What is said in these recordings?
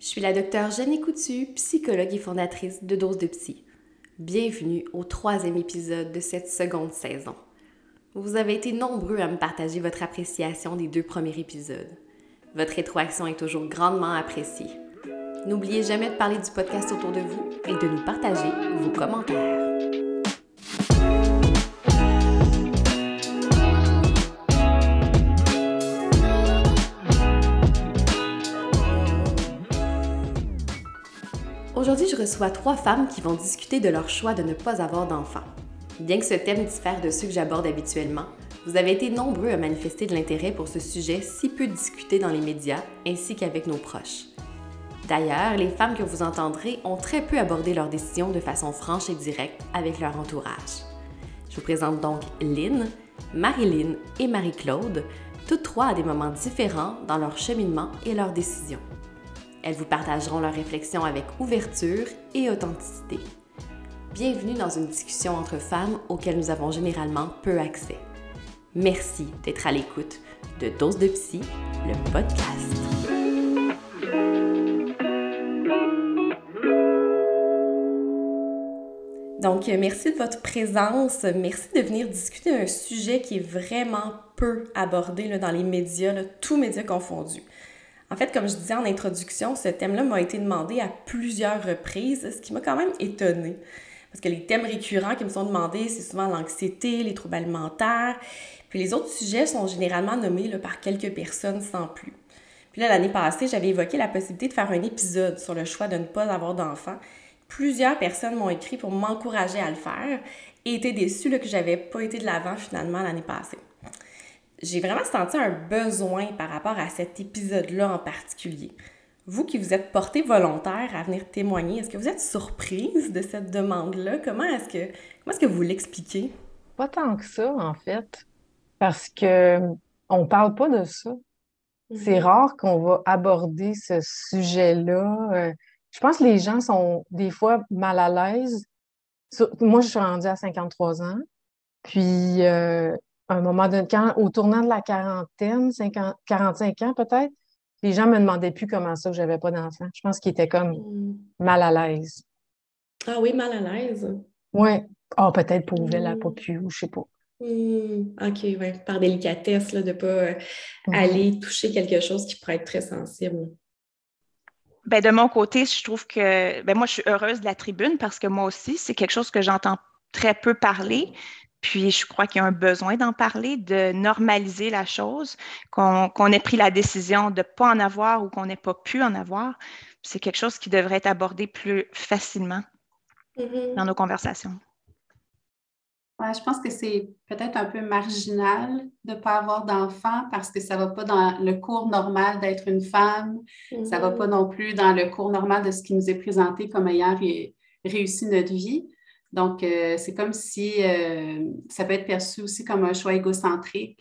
Je suis la docteure Jenny Coutu, psychologue et fondatrice de Dose de Psy. Bienvenue au 3e épisode de cette seconde saison. Vous avez été nombreux à me partager votre appréciation des 2 premiers épisodes. Votre rétroaction est toujours grandement appréciée. N'oubliez jamais de parler du podcast autour de vous et de nous partager vos commentaires. Aujourd'hui, je reçois 3 femmes qui vont discuter de leur choix de ne pas avoir d'enfants. Bien que ce thème diffère de ceux que j'aborde habituellement, vous avez été nombreux à manifester de l'intérêt pour ce sujet si peu discuté dans les médias ainsi qu'avec nos proches. D'ailleurs, les femmes que vous entendrez ont très peu abordé leur décision de façon franche et directe avec leur entourage. Je vous présente donc Lynn, Marilyn et Marie-Claude, toutes 3 à des moments différents dans leur cheminement et leurs décisions. Elles vous partageront leurs réflexions avec ouverture et authenticité. Bienvenue dans une discussion entre femmes auxquelles nous avons généralement peu accès. Merci d'être à l'écoute de Dose de Psy, le podcast. Donc, merci de votre présence. Merci de venir discuter d'un sujet qui est vraiment peu abordé dans les médias, tous médias confondus. En fait, comme je disais en introduction, ce thème-là m'a été demandé à plusieurs reprises, ce qui m'a quand même étonnée. Parce que les thèmes récurrents qui me sont demandés, c'est souvent l'anxiété, les troubles alimentaires. Puis les autres sujets sont généralement nommés par quelques personnes sans plus. Puis là, l'année passée, j'avais évoqué la possibilité de faire un épisode sur le choix de ne pas avoir d'enfants. Plusieurs personnes m'ont écrit pour m'encourager à le faire et étaient déçues que j'avais pas été de l'avant finalement l'année passée. J'ai vraiment senti un besoin par rapport à cet épisode-là en particulier. Vous qui vous êtes porté volontaire à venir témoigner, est-ce que vous êtes surprise de cette demande-là? Comment est-ce que vous l'expliquez? Pas tant que ça, en fait, parce que on parle pas de ça. C'est Mhm. rare qu'on va aborder ce sujet-là. Je pense que les gens sont des fois mal à l'aise. Moi, je suis rendue à 53 ans, puis à un moment donné, au tournant de la quarantaine, 45 ans peut-être, les gens me demandaient plus comment ça que j'avais pas d'enfant. Je pense qu'ils étaient comme Mhm. mal à l'aise. Ah oui, mal à l'aise. Ouais. Ah, peut-être pour la pas Mhm. pu, ou je sais pas. OK, ouais, par délicatesse, de ne pas Mhm. aller toucher quelque chose qui pourrait être très sensible. Ben, de mon côté, je trouve que moi, je suis heureuse de la tribune parce que moi aussi, c'est quelque chose que j'entends très peu parler. Puis je crois qu'il y a un besoin d'en parler, de normaliser la chose, qu'on ait pris la décision de ne pas en avoir ou qu'on n'ait pas pu en avoir. C'est quelque chose qui devrait être abordé plus facilement dans Mhm. nos conversations. Ouais, je pense que c'est peut-être un peu marginal de ne pas avoir d'enfant parce que ça ne va pas dans le cours normal d'être une femme. Ça ne va pas Mhm. non plus dans le cours normal de ce qui nous est présenté comme ayant réussi notre vie. Donc, c'est comme si ça peut être perçu aussi comme un choix égocentrique.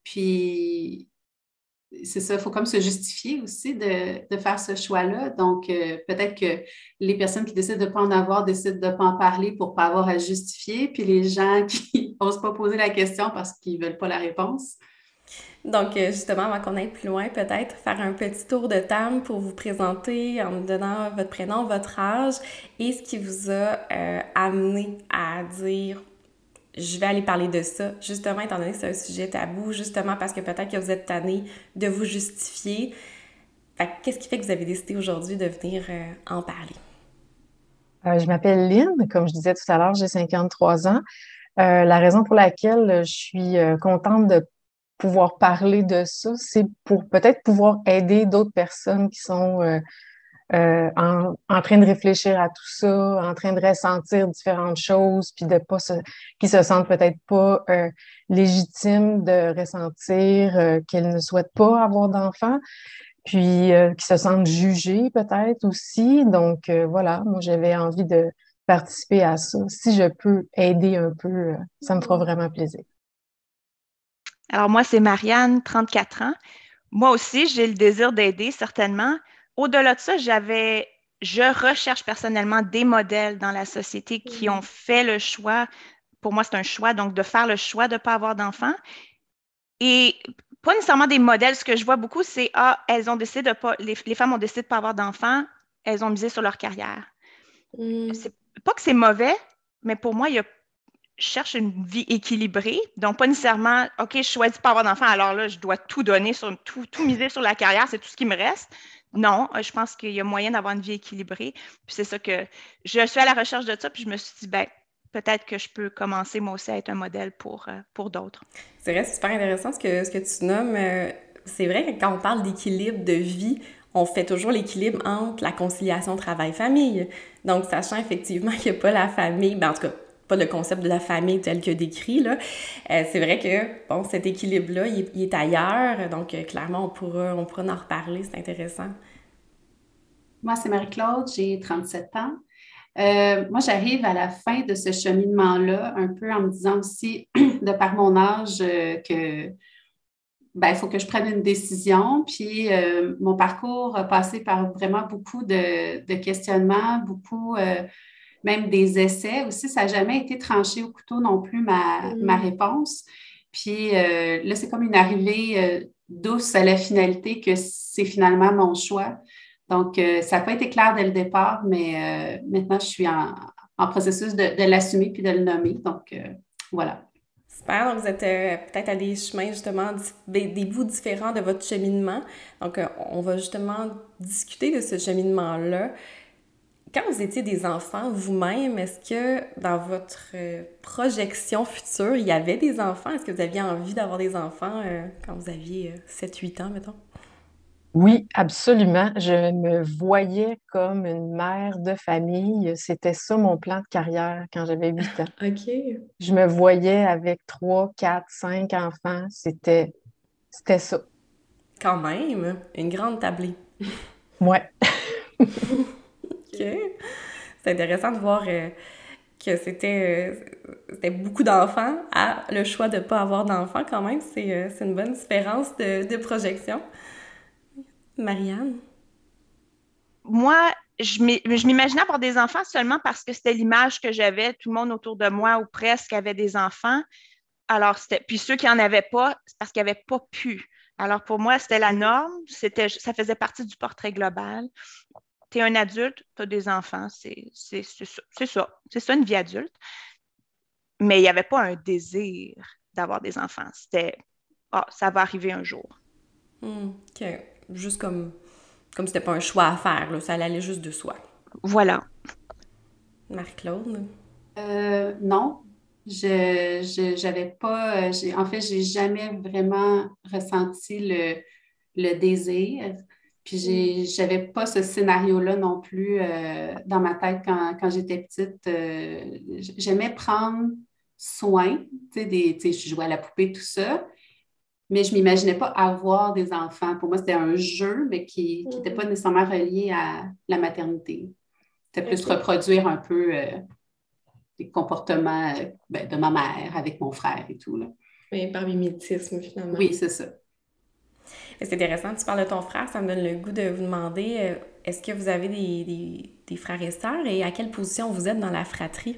Puis, c'est ça, il faut comme se justifier aussi de faire ce choix-là. Donc, peut-être que les personnes qui décident de ne pas en avoir décident de ne pas en parler pour ne pas avoir à justifier, puis les gens qui n'osent pas poser la question parce qu'ils ne veulent pas la réponse. Donc, justement, avant qu'on aille plus loin, peut-être faire un petit tour de table pour vous présenter en me donnant votre prénom, votre âge et ce qui vous a amené à dire je vais aller parler de ça, justement, étant donné que c'est un sujet tabou, justement parce que peut-être que vous êtes tanné de vous justifier. Fait que qu'est-ce qui fait que vous avez décidé aujourd'hui de venir en parler? Je m'appelle Lynn, comme je disais tout à l'heure, j'ai 53 ans. La raison pour laquelle je suis contente de pouvoir parler de ça, c'est pour peut-être pouvoir aider d'autres personnes qui sont en train de réfléchir à tout ça, en train de ressentir différentes choses, puis de pas qui se sentent peut-être pas légitimes de ressentir qu'elles ne souhaitent pas avoir d'enfants, puis qui se sentent jugées peut-être aussi. Donc voilà, moi j'avais envie de participer à ça. Si je peux aider un peu, ça me fera vraiment plaisir. Alors moi, c'est Marianne, 34 ans. Moi aussi, j'ai le désir d'aider, certainement. Au-delà de ça, je recherche personnellement des modèles dans la société qui ont fait le choix. Pour moi, c'est un choix, donc de faire le choix de ne pas avoir d'enfants. Et pas nécessairement des modèles. Ce que je vois beaucoup, c'est elles ont décidé de pas, les femmes ont décidé de ne pas avoir d'enfants, elles ont misé sur leur carrière. C'est pas que c'est mauvais, mais pour moi, je cherche une vie équilibrée. Donc, pas nécessairement, OK, je choisis de pas avoir d'enfants, alors là, je dois tout donner, tout miser sur la carrière, c'est tout ce qui me reste. Non, je pense qu'il y a moyen d'avoir une vie équilibrée. Puis c'est ça que je suis à la recherche de ça, puis je me suis dit, ben, peut-être que je peux commencer moi aussi à être un modèle pour d'autres. C'est vrai, c'est super intéressant ce que tu nommes. C'est vrai que quand on parle d'équilibre de vie, on fait toujours l'équilibre entre la conciliation travail-famille. Donc, sachant effectivement qu'il n'y a pas la famille, ben en tout cas, pas le concept de la famille tel que décrit, là, c'est vrai que, bon, cet équilibre-là, il est ailleurs. Donc, clairement, on pourra en reparler, c'est intéressant. Moi, c'est Marie-Claude, j'ai 37 ans. Moi, j'arrive à la fin de ce cheminement-là, un peu en me disant aussi, de par mon âge, que ben, il faut que je prenne une décision. Puis mon parcours a passé par vraiment beaucoup de questionnements, beaucoup même des essais aussi. Ça n'a jamais été tranché au couteau non plus, ma réponse. Puis là, c'est comme une arrivée douce à la finalité que c'est finalement mon choix. Donc, ça n'a pas été clair dès le départ, mais maintenant, je suis en processus de l'assumer puis de le nommer. Donc, voilà. Super, donc vous êtes peut-être à des chemins justement, des bouts différents de votre cheminement. Donc on va justement discuter de ce cheminement-là. Quand vous étiez des enfants vous-même, est-ce que dans votre projection future, il y avait des enfants? Est-ce que vous aviez envie d'avoir des enfants quand vous aviez 7-8 ans, mettons? Oui, absolument. Je me voyais comme une mère de famille. C'était ça mon plan de carrière quand j'avais 8 ans. OK. Je me voyais avec 3, 4, 5 enfants. C'était ça. Quand même, une grande tablée. Ouais. OK. C'est intéressant de voir que c'était beaucoup d'enfants à le choix de ne pas avoir d'enfants quand même. C'est une bonne différence de projection. Marianne? Moi, je m'imaginais avoir des enfants seulement parce que c'était l'image que j'avais. Tout le monde autour de moi ou presque avait des enfants. Alors, puis ceux qui n'en avaient pas, c'est parce qu'ils n'avaient pas pu. Alors, pour moi, c'était la norme. Ça faisait partie du portrait global. Tu es un adulte, tu as des enfants. C'est ça. C'est ça, une vie adulte. Mais il n'y avait pas un désir d'avoir des enfants. C'était, ça va arriver un jour. OK. Juste comme c'était pas un choix à faire, là, ça allait juste de soi. Voilà. Marc-Claude? Non, j'avais pas, en fait, j'ai jamais vraiment ressenti le désir. Puis j'avais pas ce scénario-là non plus dans ma tête quand j'étais petite. J'aimais prendre soin, tu sais, je jouais à la poupée, tout ça, mais je m'imaginais pas avoir des enfants. Pour moi, c'était un jeu, mais qui n'était pas nécessairement relié à la maternité. C'était plus OK. reproduire un peu les comportements ben, de ma mère avec mon frère et tout, là. Mais par mimétisme, finalement. Oui, c'est ça. C'est intéressant, tu parles de ton frère, ça me donne le goût de vous demander, est-ce que vous avez des frères et sœurs et à quelle position vous êtes dans la fratrie?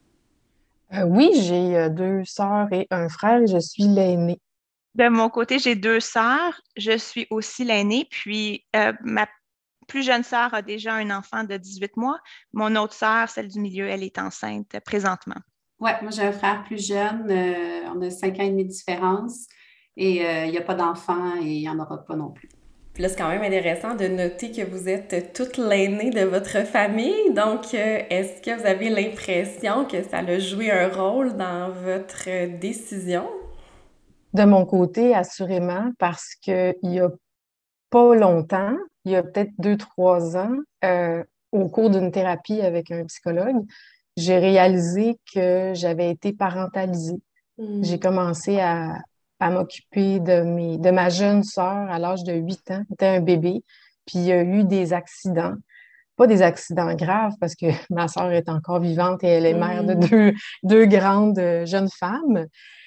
Oui, j'ai 2 sœurs et un frère et je suis l'aînée. De mon côté, j'ai 2 sœurs. Je suis aussi l'aînée. Puis, ma plus jeune sœur a déjà un enfant de 18 mois. Mon autre sœur, celle du milieu, elle est enceinte présentement. Ouais, moi j'ai un frère plus jeune, on a 5 ans et demi de différence et il n'y a pas d'enfant et il n'y en aura pas non plus. Puis là, c'est quand même intéressant de noter que vous êtes toute l'aînée de votre famille. Donc, est-ce que vous avez l'impression que ça a joué un rôle dans votre décision? De mon côté, assurément, parce qu'il y a pas longtemps, il y a peut-être 2, 3 ans, au cours d'une thérapie avec un psychologue, j'ai réalisé que j'avais été parentalisée. J'ai commencé à m'occuper de ma jeune sœur à l'âge de 8 ans. C'était un bébé. Puis il y a eu des accidents. Pas des accidents graves parce que ma sœur est encore vivante et elle est mère de deux grandes jeunes femmes.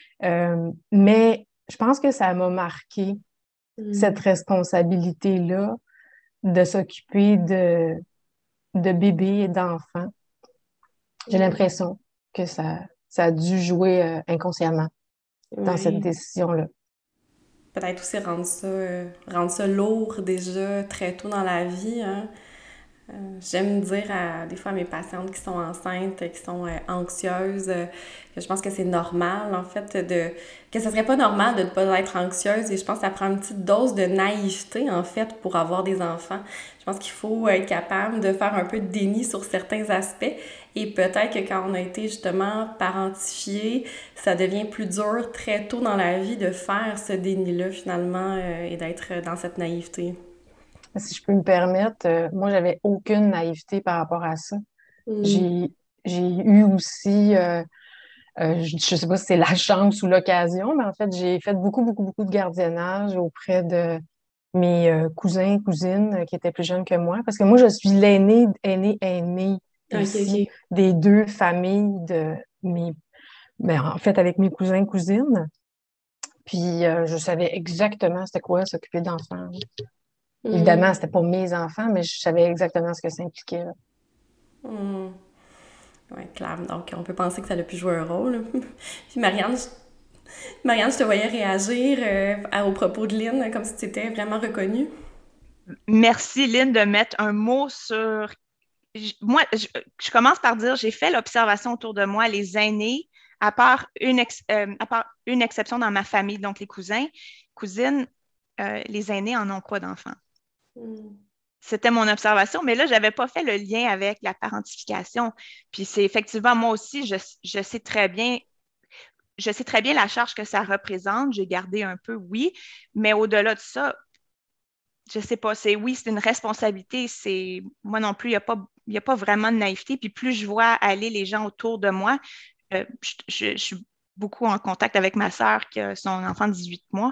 Mais je pense que ça m'a marqué cette responsabilité-là de s'occuper de bébés et d'enfants. J'ai l'impression que ça a dû jouer inconsciemment dans cette Oui. décision-là. peut-être aussi rendre ça lourd déjà très tôt dans la vie, hein. J'aime dire des fois à mes patientes qui sont enceintes, qui sont anxieuses, que je pense que c'est normal, en fait, que ce serait pas normal de ne pas être anxieuse, et je pense que ça prend une petite dose de naïveté, en fait, pour avoir des enfants. Je pense qu'il faut être capable de faire un peu de déni sur certains aspects, et peut-être que quand on a été justement parentifié, ça devient plus dur très tôt dans la vie de faire ce déni-là, finalement, et d'être dans cette naïveté. Si je peux me permettre, moi, j'avais aucune naïveté par rapport à ça. Mm. J'ai, j'ai eu aussi, je ne sais pas si c'est la chance ou l'occasion, mais en fait, j'ai fait beaucoup, beaucoup, beaucoup de gardiennage auprès de mes cousins, cousines qui étaient plus jeunes que moi. Parce que moi, je suis aînée Ok, ici ok. des deux familles de mes, ben, en fait, avec mes cousins, cousines. Puis, je savais exactement c'était quoi s'occuper d'enfants. Évidemment, Mm. c'était pas mes enfants, mais je savais exactement ce que ça impliquait, là. Mm. Ouais, clair. Donc, on peut penser que ça a pu jouer un rôle. Puis Marianne, je te voyais réagir au propos de Lynn, comme si tu étais vraiment reconnue. Merci, Lynn, de mettre un mot sur... Moi, je commence par dire, j'ai fait l'observation autour de moi, les aînés, à part une exception dans ma famille, donc les cousins, cousines, les aînés en ont pas d'enfants. Mm. C'était mon observation, mais là, je n'avais pas fait le lien avec la parentification. Puis c'est effectivement, moi aussi, je sais très bien la charge que ça représente. J'ai gardé un peu, oui, mais au-delà de ça, je sais pas, c'est une responsabilité. Moi non plus, il y a pas vraiment de naïveté. Puis plus je vois aller les gens autour de moi, je suis beaucoup en contact avec ma sœur qui a son enfant de 18 mois.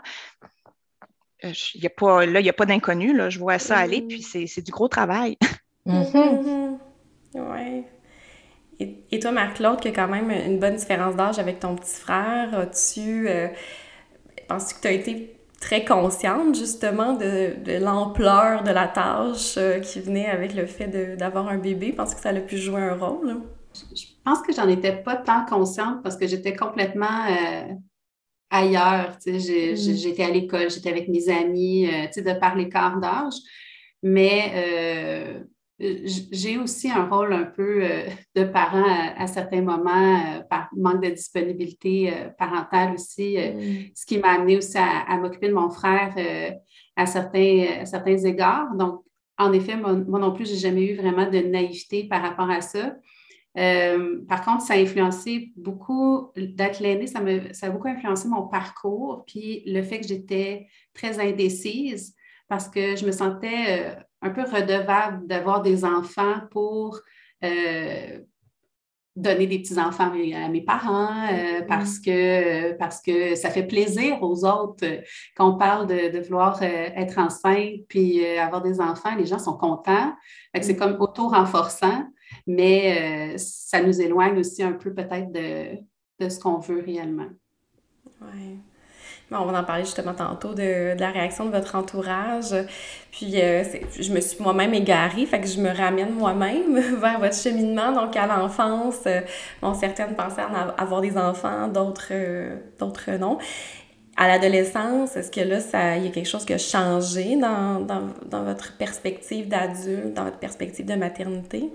Il y a pas d'inconnu, là. Je vois ça aller, puis Mm. c'est du gros travail. Mhm. Mhm. Ouais. Et toi, Marc-Claude, qui a quand même une bonne différence d'âge avec ton petit frère, penses-tu que tu as été très consciente justement de l'ampleur de la tâche qui venait avec le fait d'avoir un bébé? Penses-tu que ça a pu jouer un rôle? Je pense que j'en étais pas tant consciente parce que j'étais complètement ailleurs. Tu sais, Mm. j'étais à l'école, j'étais avec mes amis, tu sais, de par l'écart d'âge. Mais j'ai aussi un rôle un peu de parent à certains moments, par manque de disponibilité parentale aussi, Mm. ce qui m'a amené aussi à m'occuper de mon frère à certains égards. Donc, en effet, moi non plus, j'ai jamais eu vraiment de naïveté par rapport à ça. Par contre, ça a influencé beaucoup, d'être l'aînée, ça a beaucoup influencé mon parcours, puis le fait que j'étais très indécise parce que je me sentais un peu redevable d'avoir des enfants pour euh, donner des petits-enfants à mes parents Mm. parce que ça fait plaisir aux autres quand on parle de vouloir être enceinte puis avoir des enfants, les gens sont contents. Fait que c'est comme Mm. auto-renforçant, mais ça nous éloigne aussi un peu peut-être de ce qu'on veut réellement. Ouais. Bon, on va en parler justement tantôt de la réaction de votre entourage. Puis, je me suis moi-même égarée, fait que je me ramène moi-même vers votre cheminement. Donc, à l'enfance, bon, certaines pensaient avoir des enfants, d'autres non. À l'adolescence, est-ce que là, il y a quelque chose qui a changé dans votre perspective d'adulte, dans votre perspective de maternité?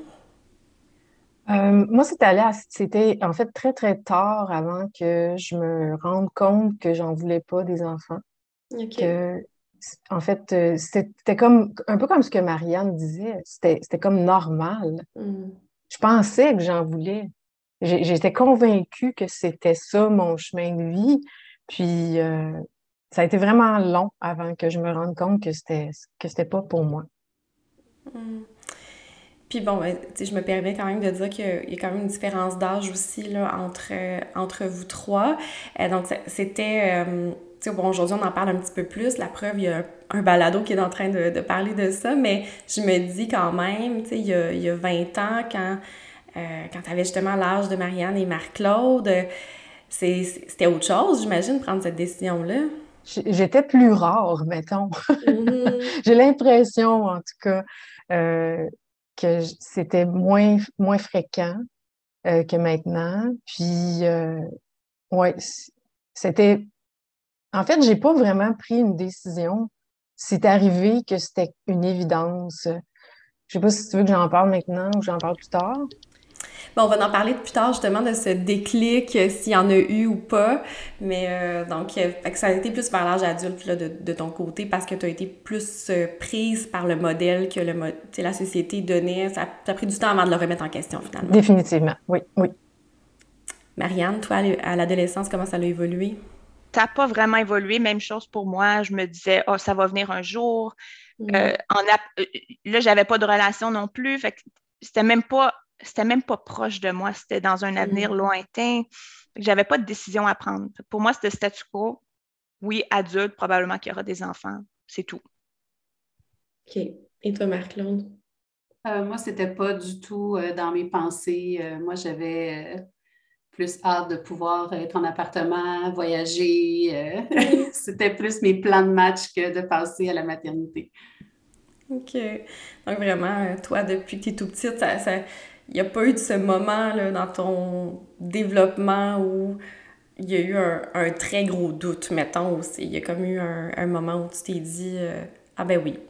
Moi, c'était en fait très, très tard avant que je me rende compte que j'en voulais pas des enfants. OK. Que, en fait, c'était comme, un peu comme ce que Marianne disait, c'était comme normal. Mm. Je pensais que j'en voulais. J'étais convaincue que c'était ça mon chemin de vie. Puis, ça a été vraiment long avant que je me rende compte que c'était pas pour moi. Mm. Puis bon, ben, tu sais, je me permets quand même de dire qu'il y a quand même une différence d'âge aussi là, entre vous trois. Donc, c'était... tu sais, bon, aujourd'hui, on en parle un petit peu plus. La preuve, il y a un balado qui est en train de parler de ça, mais je me dis quand même, tu sais, il y a 20 ans, quand tu avais justement l'âge de Marianne et Marc-Claude, c'était autre chose, j'imagine, prendre cette décision-là. J'étais plus rare, mettons. Mhm. J'ai l'impression, en tout cas, euh, que c'était moins fréquent que maintenant. Puis, ouais, c'était En fait, j'ai pas vraiment pris une décision. C'est arrivé que c'était une évidence. Je sais pas si tu veux que j'en parle maintenant ou j'en parle plus tard. Bon, on va en parler plus tard justement de ce déclic, s'il y en a eu ou pas. Mais fait que ça a été plus vers l'âge adulte là, de ton côté parce que tu as été plus prise par le modèle que la société donnait. Ça a pris du temps avant de le remettre en question finalement. Définitivement, oui, oui. Marianne, toi, à l'adolescence, comment ça a évolué? Ça n'a pas vraiment évolué. Même chose pour moi. Je me disais, oh, ça va venir un jour. Là, j'avais pas de relation non plus. Fait que c'était même pas proche de moi. C'était dans un avenir lointain. Fait que j'avais pas de décision à prendre. Pour moi, c'était statu quo. Oui, adulte, probablement qu'il y aura des enfants. C'est tout. OK. Et toi, Marc-Claude? Moi, c'était pas du tout dans mes pensées. Moi, j'avais plus hâte de pouvoir être en appartement, voyager. C'était plus mes plans de match que de passer à la maternité. OK. Donc vraiment, toi, depuis que tu es tout petite, il n'y a pas eu de ce moment là, dans ton développement où il y a eu un très gros doute, mettons aussi. Il y a comme eu un moment où tu t'es dit ah ben oui.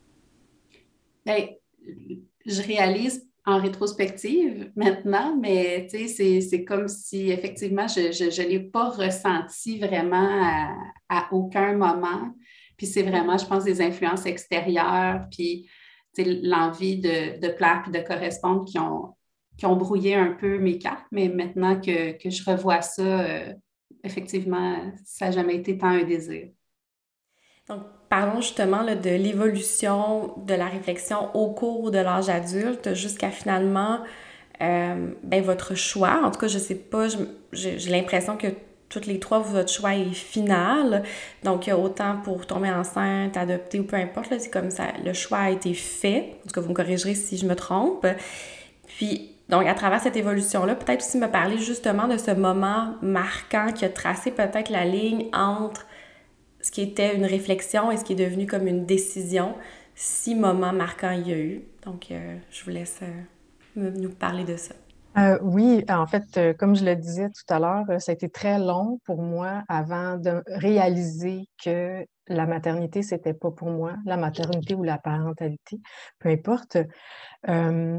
Ben, je réalise en rétrospective maintenant, mais tu sais, c'est comme si effectivement, je l'ai pas ressenti vraiment à aucun moment. Puis c'est vraiment, je pense, des influences extérieures, puis tu sais, l'envie de plaire puis de correspondre qui ont brouillé un peu mes cartes. Mais maintenant que je revois ça, effectivement, ça n'a jamais été tant un désir. Donc, parlons justement là, de l'évolution de la réflexion au cours de l'âge adulte jusqu'à finalement ben, votre choix. En tout cas, je sais pas, j'ai l'impression que toutes les trois, votre choix est final. Donc, autant pour tomber enceinte, adopter ou peu importe, là, c'est comme ça, le choix a été fait. En tout cas, vous me corrigerez si je me trompe. Puis, donc, à travers cette évolution-là, peut-être aussi me parler justement de ce moment marquant qui a tracé peut-être la ligne entre ce qui était une réflexion et ce qui est devenu comme une décision. Si moment marquant il y a eu. Donc, je vous laisse nous parler de ça. Oui, en fait, comme je le disais tout à l'heure, ça a été très long pour moi avant de réaliser que la maternité, c'était pas pour moi, la maternité ou la parentalité, peu importe. Euh,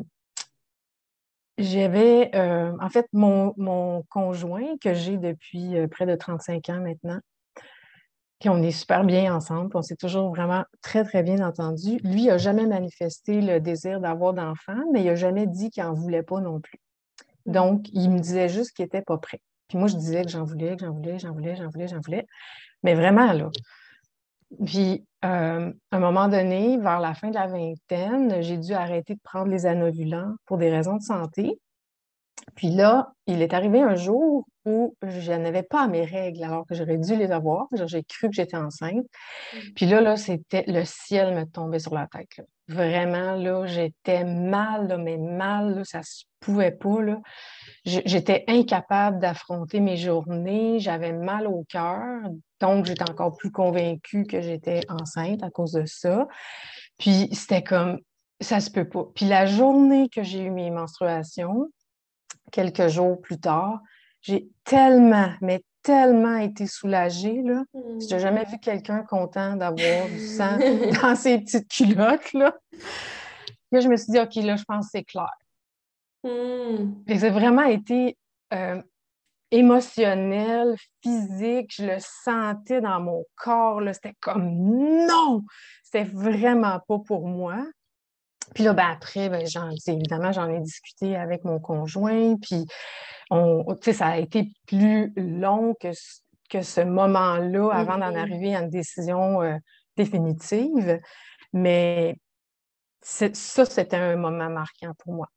en fait, mon conjoint que j'ai depuis près de 35 ans maintenant, puis on est super bien ensemble, puis on s'est toujours vraiment très, très bien entendu. Lui, il n'a jamais manifesté le désir d'avoir d'enfants, mais il n'a jamais dit qu'il n'en voulait pas non plus. Donc, il me disait juste qu'il n'était pas prêt. Puis moi, je disais que j'en voulais, que j'en voulais, j'en voulais, j'en voulais, j'en voulais. Mais vraiment, là. Puis, à un moment donné, vers la fin de la vingtaine, j'ai dû arrêter de prendre les anovulants pour des raisons de santé. Puis là, il est arrivé un jour où je n'avais pas mes règles alors que j'aurais dû les avoir. Genre, j'ai cru que j'étais enceinte. Puis là, c'était le ciel me tombait sur la tête, là. Vraiment, là, j'étais mal, là, mais mal, là, ça se pouvait pas, là. J'étais incapable d'affronter mes journées, j'avais mal au cœur, donc j'étais encore plus convaincue que j'étais enceinte à cause de ça. Puis c'était comme, ça se peut pas. Puis la journée que j'ai eu mes menstruations, quelques jours plus tard, j'ai tellement, mais tellement été soulagée, là. J'ai jamais vu quelqu'un content d'avoir du sang dans ses petites culottes, là. Là, je me suis dit, OK, là, je pense que c'est clair. Et ça a vraiment été euh, émotionnel, physique, je le sentais dans mon corps, là. C'était comme non! C'était vraiment pas pour moi. Puis là, ben après, ben, évidemment, j'en ai discuté avec mon conjoint, puis ça a été plus long que ce moment-là avant d'en arriver à une décision définitive. Mais ça, c'était un moment marquant pour moi.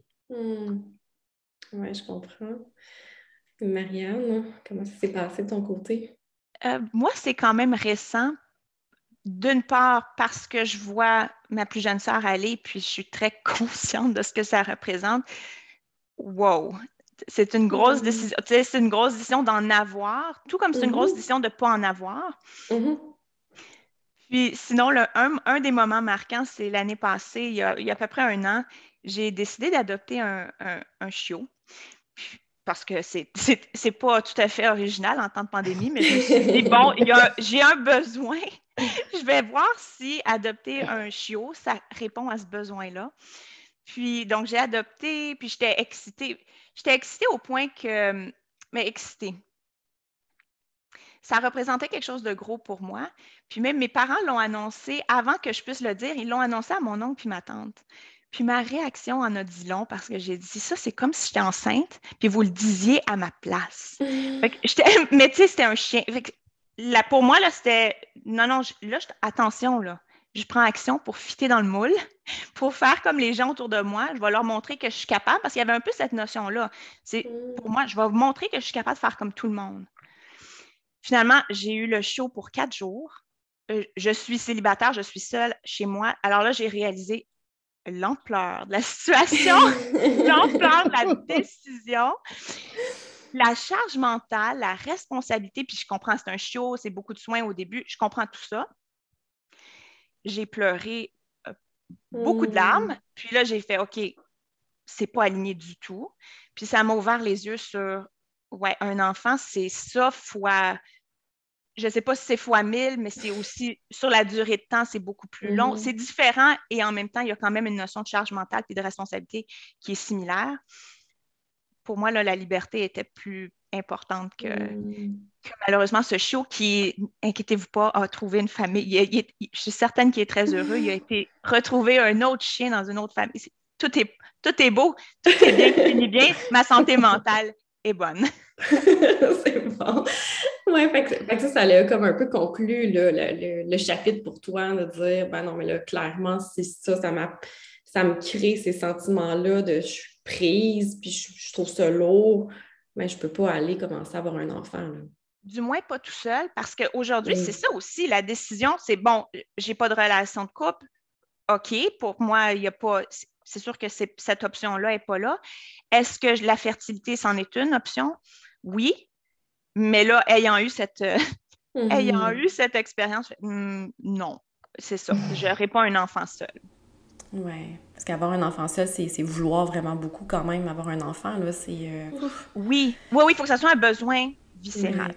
Oui, je comprends. Marianne, comment ça s'est passé de ton côté? Moi, c'est quand même récent. D'une part, parce que je vois ma plus jeune sœur aller, puis je suis très consciente de ce que ça représente. Wow! C'est une grosse décision. Tu sais, c'est une grosse décision d'en avoir, tout comme c'est une grosse décision de ne pas en avoir. Puis sinon, un des moments marquants, c'est l'année passée, il y a à peu près un an, j'ai décidé d'adopter un chiot. parce que c'est pas tout à fait original en temps de pandémie, mais je me suis dit, bon, j'ai un besoin. Je vais voir si adopter un chiot, ça répond à ce besoin-là. Puis, donc, j'ai adopté, puis j'étais excitée. J'étais excitée au point que... Mais excitée. Ça représentait quelque chose de gros pour moi. Puis même mes parents l'ont annoncé, avant que je puisse le dire, ils l'ont annoncé à mon oncle puis ma tante. Puis ma réaction en a dit long parce que j'ai dit, ça, c'est comme si j'étais enceinte, puis vous le disiez à ma place. Fait que mais tu sais, c'était un chien. Fait que là, pour moi, là, c'était, non, attention, là. Je prends action pour fitter dans le moule, pour faire comme les gens autour de moi. Je vais leur montrer que je suis capable, parce qu'il y avait un peu cette notion-là. Pour moi, je vais vous montrer que je suis capable de faire comme tout le monde. Finalement, j'ai eu le chiot pour 4 jours. Je suis célibataire, je suis seule chez moi. Alors là, j'ai réalisé l'ampleur de la situation, l'ampleur de la décision, la charge mentale, la responsabilité. Puis je comprends, c'est un chiot, c'est beaucoup de soins au début. Je comprends tout ça. J'ai pleuré beaucoup de larmes. Puis là, j'ai fait, OK, c'est pas aligné du tout. Puis ça m'a ouvert les yeux sur, ouais, un enfant, c'est ça fois, je ne sais pas si c'est fois 1000, mais c'est aussi, sur la durée de temps, c'est beaucoup plus long. C'est différent et en même temps, il y a quand même une notion de charge mentale et de responsabilité qui est similaire. Pour moi, là, la liberté était plus importante que malheureusement ce chiot qui, inquiétez-vous pas, a trouvé une famille. Je suis certaine qu'il est très heureux. Il a été retrouver un autre chien dans une autre famille. Tout est beau, tout est bien, tout finit bien. Ma santé mentale est bonne. C'est bon. Oui, fait que ça a comme un peu conclu là, le chapitre pour toi, de dire, ben non, mais là, clairement, c'est ça, ça me crée ces sentiments-là de je suis prise, puis je trouve ça lourd, mais je peux pas aller commencer à avoir un enfant, là. Du moins pas tout seul, parce qu'aujourd'hui, c'est ça aussi, la décision, c'est bon, j'ai pas de relation de couple, OK, pour moi, il n'y a pas, c'est sûr que cette option-là n'est pas là. Est-ce que la fertilité, c'en est une option? Oui, mais là, ayant eu cette expérience, non, c'est ça, je n'aurai pas un enfant seul. Oui, parce qu'avoir un enfant seul, c'est vouloir vraiment beaucoup quand même, avoir un enfant, là, c'est... Oui, il faut que ça soit un besoin viscéral.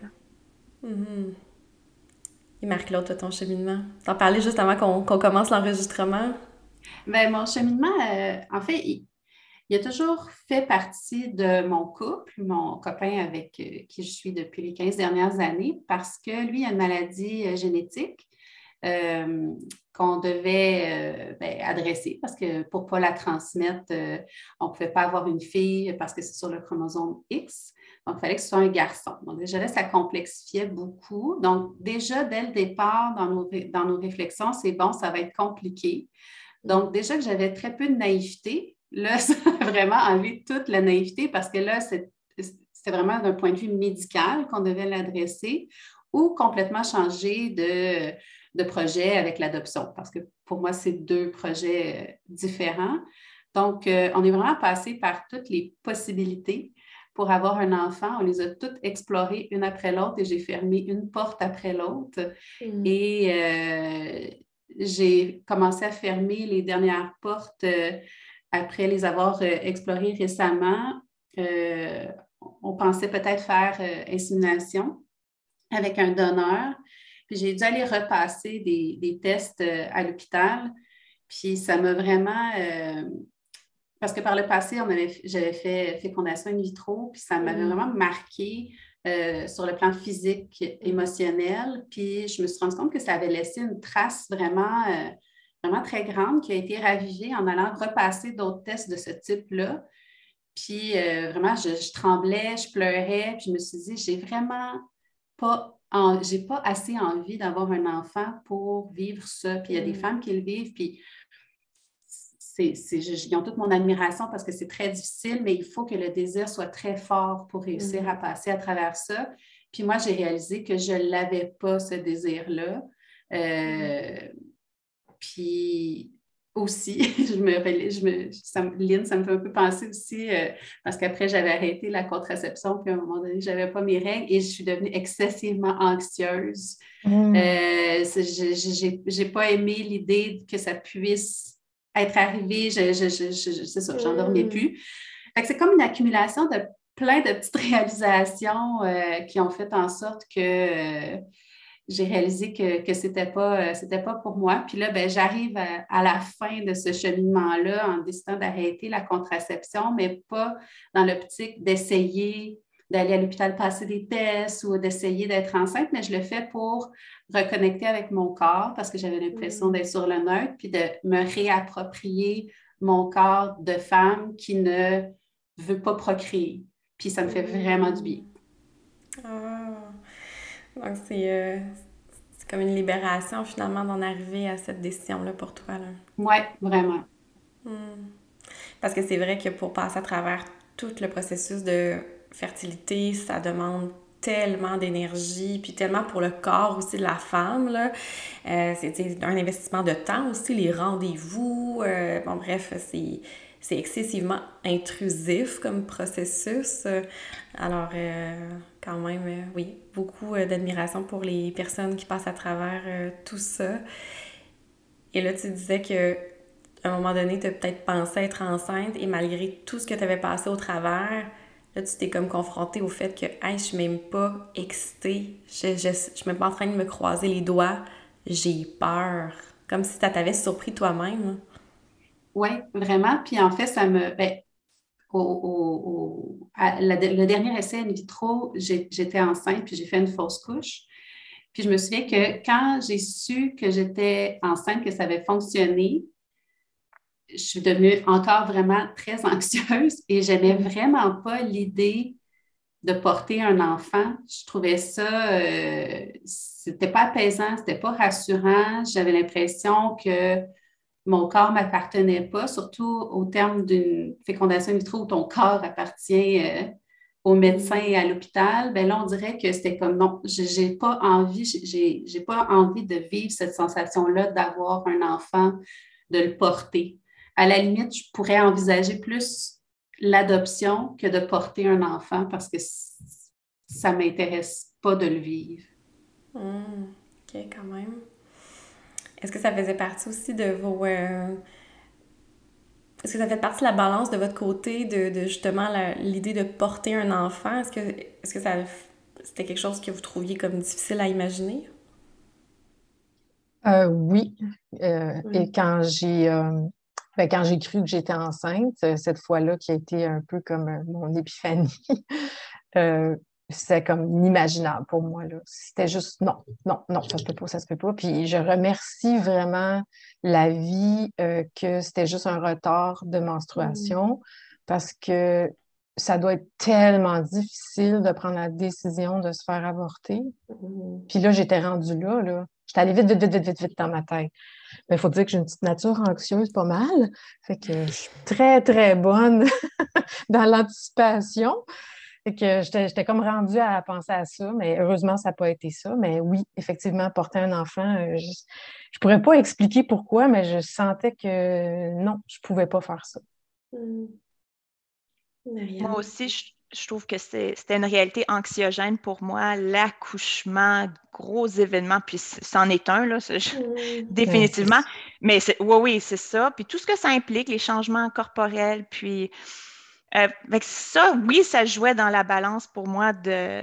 Et Marie-Claude, toi, ton cheminement? T'en parlais juste avant qu'on commence l'enregistrement. Bien, mon cheminement, en fait, il a toujours fait partie de mon couple, mon copain avec qui je suis depuis les 15 dernières années, parce que lui a une maladie génétique qu'on devait adresser, parce que pour ne pas la transmettre, on ne pouvait pas avoir une fille parce que c'est sur le chromosome X. Donc, il fallait que ce soit un garçon. Donc, déjà là, ça complexifiait beaucoup. Donc, déjà, dès le départ, dans nos réflexions, c'est bon, ça va être compliqué. Donc, déjà que j'avais très peu de naïveté, là, ça a vraiment enlevé toute la naïveté parce que là, c'était vraiment d'un point de vue médical qu'on devait l'adresser ou complètement changer de projet avec l'adoption parce que pour moi, c'est 2 projets différents. Donc, on est vraiment passé par toutes les possibilités pour avoir un enfant. On les a toutes explorées une après l'autre et j'ai fermé une porte après l'autre. Et j'ai commencé à fermer les dernières portes après les avoir explorées récemment. On pensait peut-être faire insémination avec un donneur. Puis j'ai dû aller repasser des tests à l'hôpital. Puis ça m'a vraiment... parce que par le passé, j'avais fait fécondation in vitro, puis ça m'avait vraiment marqué sur le plan physique, émotionnel. Puis je me suis rendu compte que ça avait laissé une trace vraiment, vraiment très grande qui a été ravivée en allant repasser d'autres tests de ce type-là. Puis vraiment, je tremblais, je pleurais, puis je me suis dit, j'ai pas assez envie d'avoir un enfant pour vivre ça. Puis il y a des femmes qui le vivent, puis ils ont toute mon admiration parce que c'est très difficile, mais il faut que le désir soit très fort pour réussir à passer à travers ça. Puis moi, j'ai réalisé que je ne l'avais pas, ce désir-là. Puis aussi, Lynn, ça me fait un peu penser aussi, parce qu'après, j'avais arrêté la contraception, puis à un moment donné, je n'avais pas mes règles et je suis devenue excessivement anxieuse. Je n'ai pas aimé l'idée que ça puisse être arrivé, c'est ça, j'en dormais plus. Fait que c'est comme une accumulation de plein de petites réalisations qui ont fait en sorte que j'ai réalisé que c'était pas pour moi. Puis là, ben, j'arrive à la fin de ce cheminement-là en décidant d'arrêter la contraception, mais pas dans l'optique d'essayer d'aller à l'hôpital passer des tests ou d'essayer d'être enceinte, mais je le fais pour reconnecter avec mon corps parce que j'avais l'impression d'être sur le neutre, puis de me réapproprier mon corps de femme qui ne veut pas procréer. Puis ça me fait vraiment du bien. Ah. Donc, c'est comme une libération, finalement, d'en arriver à cette décision-là pour toi, là. Oui, vraiment. Hmm. Parce que c'est vrai que pour passer à travers tout le processus de fertilité, ça demande tellement d'énergie, puis tellement pour le corps aussi de la femme, là. C'est un investissement de temps aussi, les rendez-vous. Bon, bref, c'est excessivement intrusif comme processus. Alors, quand même, oui, beaucoup d'admiration pour les personnes qui passent à travers tout ça. Et là, tu disais que à un moment donné, tu as peut-être pensé être enceinte et malgré tout ce que tu avais passé au travers, là, tu t'es comme confrontée au fait que hey, je suis même pas excitée, je suis même pas en train de me croiser les doigts, j'ai peur. Comme si ça t'avait surpris toi-même. Oui, vraiment. Puis en fait, ben, le dernier essai in vitro, j'étais enceinte, puis j'ai fait une fausse couche. Puis je me souviens que quand j'ai su que j'étais enceinte, que ça avait fonctionné, je suis devenue encore vraiment très anxieuse et j'aimais vraiment pas l'idée de porter un enfant. Je trouvais ça, c'était pas apaisant, c'était pas rassurant. J'avais l'impression que mon corps m'appartenait pas, surtout au terme d'une fécondation in vitro où ton corps appartient au médecin et à l'hôpital. Ben là, on dirait que c'était comme non, j'ai pas envie, j'ai pas envie de vivre cette sensation-là d'avoir un enfant, de le porter. À la limite, je pourrais envisager plus l'adoption que de porter un enfant parce que ça m'intéresse pas de le vivre. OK, quand même. Est-ce que ça faisait partie aussi de vos... Est-ce que ça fait partie de la balance de votre côté de justement l'idée de porter un enfant? Est-ce que c'était quelque chose que vous trouviez comme difficile à imaginer? Oui. Et quand j'ai cru que j'étais enceinte, cette fois-là qui a été un peu comme mon épiphanie, euh, c'était comme inimaginable pour moi, là. C'était juste non, non, non, ça se peut pas, ça se peut pas. Puis je remercie vraiment la vie que c'était juste un retard de menstruation parce que ça doit être tellement difficile de prendre la décision de se faire avorter. Puis là, j'étais rendue là, là. J'étais allée vite, vite, vite, vite, vite, vite dans ma tête. Mais il faut dire que j'ai une petite nature anxieuse pas mal. Fait que je suis très, très bonne dans l'anticipation. Fait que j'étais comme rendue à penser à ça, mais heureusement, ça n'a pas été ça. Mais oui, effectivement, porter un enfant, je pourrais pas expliquer pourquoi, mais je sentais que non, je pouvais pas faire ça. Moi aussi, je trouve que c'était une réalité anxiogène pour moi. L'accouchement, gros événement, puis c'en est un, là, définitivement. Mais oui, oui, c'est ça. Puis tout ce que ça implique, les changements corporels, puis fait que ça, oui, ça jouait dans la balance pour moi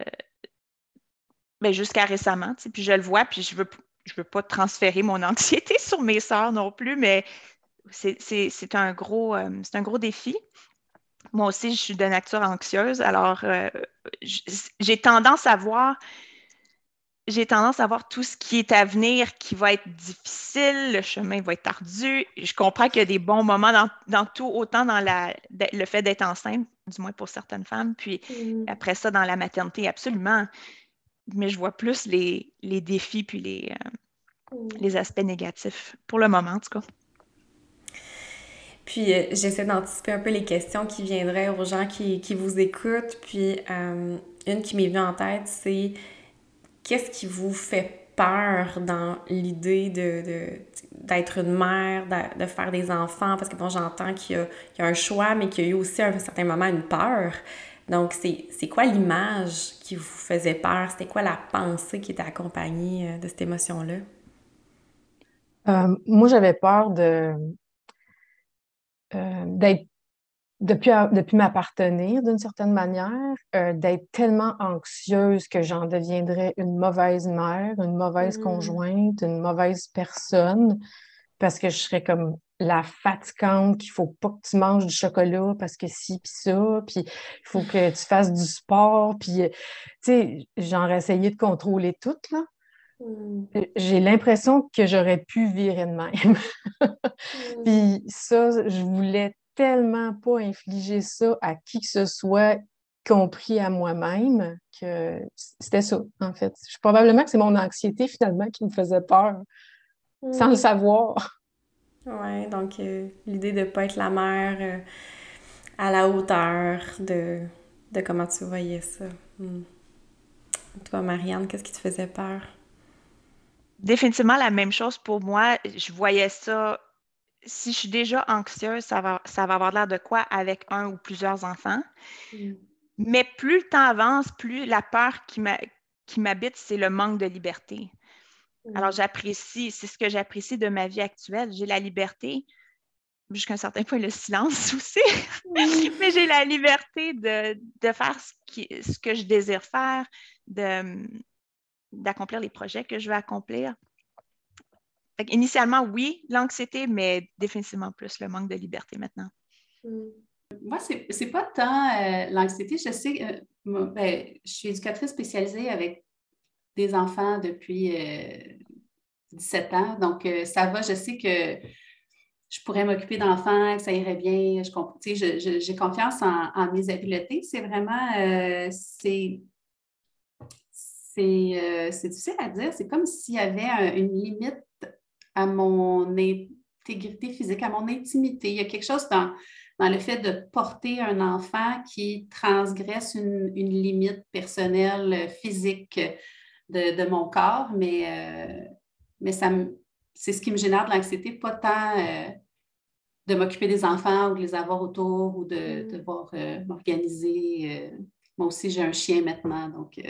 jusqu'à récemment. Tu sais, puis je le vois, puis je veux pas transférer mon anxiété sur mes sœurs non plus, mais c'est c'est un gros défi. Moi aussi, je suis de nature anxieuse, alors j'ai tendance à voir, j'ai tendance à voir tout ce qui est à venir qui va être difficile, le chemin va être ardu. Je comprends qu'il y a des bons moments dans tout, autant dans le fait d'être enceinte, du moins pour certaines femmes, puis après ça, dans la maternité, absolument. Mais je vois plus les défis puis les aspects négatifs, pour le moment, en tout cas. Puis j'essaie d'anticiper un peu les questions qui viendraient aux gens qui vous écoutent. Puis une qui m'est venue en tête, c'est qu'est-ce qui vous fait peur dans l'idée d'être une mère, de faire des enfants? Parce que bon, j'entends qu'il y a un choix, mais qu'il y a eu aussi à un certain moment une peur. Donc, c'est quoi l'image qui vous faisait peur? C'était quoi la pensée qui était accompagnée de cette émotion-là? Moi, j'avais peur d'être depuis m'appartenir d'une certaine manière, d'être tellement anxieuse que j'en deviendrais une mauvaise mère, une mauvaise conjointe, une mauvaise personne, parce que je serais comme la fatigante qu'il faut pas que tu manges du chocolat parce que ci puis ça, puis il faut que tu fasses du sport, puis tu sais, j'en ai essayé de contrôler tout, là. J'ai l'impression que j'aurais pu virer de même. Puis ça, je voulais tellement pas infliger ça à qui que ce soit, compris à moi-même, que c'était ça, en fait. Probablement que c'est mon anxiété, finalement, qui me faisait peur, sans le savoir. Ouais, donc l'idée de ne pas être la mère à la hauteur de comment tu voyais ça. Toi, Marianne, qu'est-ce qui te faisait peur? Définitivement la même chose pour moi. Je voyais ça. Si je suis déjà anxieuse, ça va avoir l'air de quoi avec un ou plusieurs enfants. Mais plus le temps avance, plus la peur qui m'habite, c'est le manque de liberté. Alors, c'est ce que j'apprécie de ma vie actuelle. J'ai la liberté, jusqu'à un certain point, le silence aussi, mais j'ai la liberté de faire ce que je désire faire, d'accomplir les projets que je veux accomplir. Initialement, oui, l'anxiété, mais définitivement plus le manque de liberté maintenant. Moi, c'est pas tant l'anxiété. Je sais, je suis éducatrice spécialisée avec des enfants depuis 17 ans. Donc, ça va. Je sais que je pourrais m'occuper d'enfants, que ça irait bien. J'ai confiance en mes habiletés. C'est vraiment, c'est difficile à dire. C'est comme s'il y avait une limite à mon intégrité physique, à mon intimité. Il y a quelque chose dans le fait de porter un enfant qui transgresse une limite personnelle, physique de mon corps, mais c'est ce qui me génère de l'anxiété, pas tant de m'occuper des enfants ou de les avoir autour ou de devoir m'organiser. Moi aussi, j'ai un chien maintenant, donc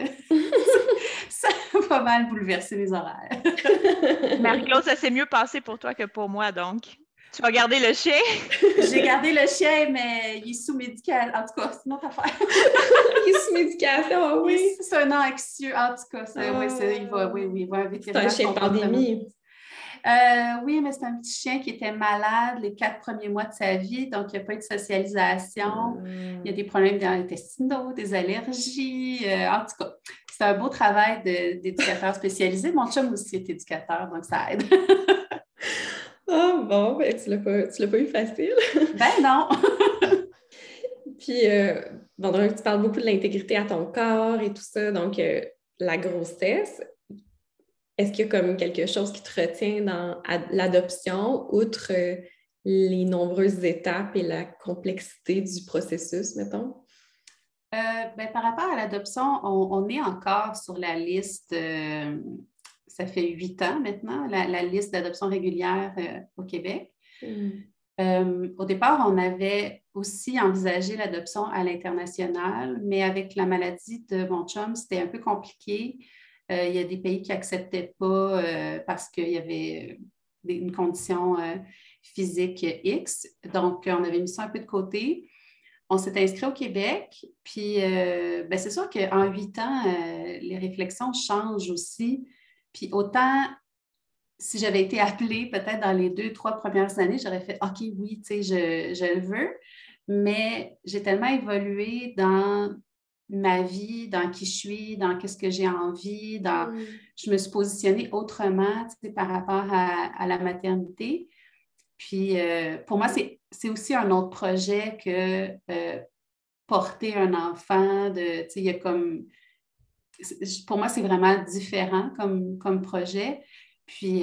ça a pas mal bouleversé mes horaires. Marie-Claude, ça s'est mieux passé pour toi que pour moi, donc. Tu vas garder le chien? J'ai gardé le chien, mais il est sous médication. En tout cas, c'est une autre affaire. Il est sous médication, oui. C'est un anxieux. En tout cas, il va un vétérinaire. C'est un chien de pandémie. Oui, mais c'est un petit chien qui était malade les 4 premiers mois de sa vie, donc il n'y a pas eu de socialisation. Il y a des problèmes intestinaux, des allergies. En tout cas, c'est un beau travail d'éducateur spécialisé. Mon chum aussi est éducateur, donc ça aide. Ah bon, ben tu l'as pas eu facile. Ben non! Puis, donc, tu parles beaucoup de l'intégrité à ton corps et tout ça, donc la grossesse. Est-ce qu'il y a comme quelque chose qui te retient dans l'adoption, outre les nombreuses étapes et la complexité du processus, mettons? Par rapport à l'adoption, on est encore sur la liste, ça fait 8 ans maintenant, la liste d'adoption régulière au Québec. Au départ, on avait aussi envisagé l'adoption à l'international, mais avec la maladie de mon chum, c'était un peu compliqué. Il y a des pays qui n'acceptaient pas parce qu'il y avait une condition physique X. Donc, on avait mis ça un peu de côté. On s'est inscrit au Québec, puis c'est sûr qu'en 8 ans, les réflexions changent aussi. Puis autant, si j'avais été appelée peut-être dans les 2-3 premières années, j'aurais fait « OK, oui, tu sais, je le veux », mais j'ai tellement évolué dans ma vie, dans qui je suis, dans qu'est-ce que j'ai envie, je me suis positionnée autrement, tu sais, par rapport à la maternité. Puis, pour moi, c'est aussi un autre projet que porter un enfant. Tu sais, il y a comme... Pour moi, c'est vraiment différent comme projet. Puis,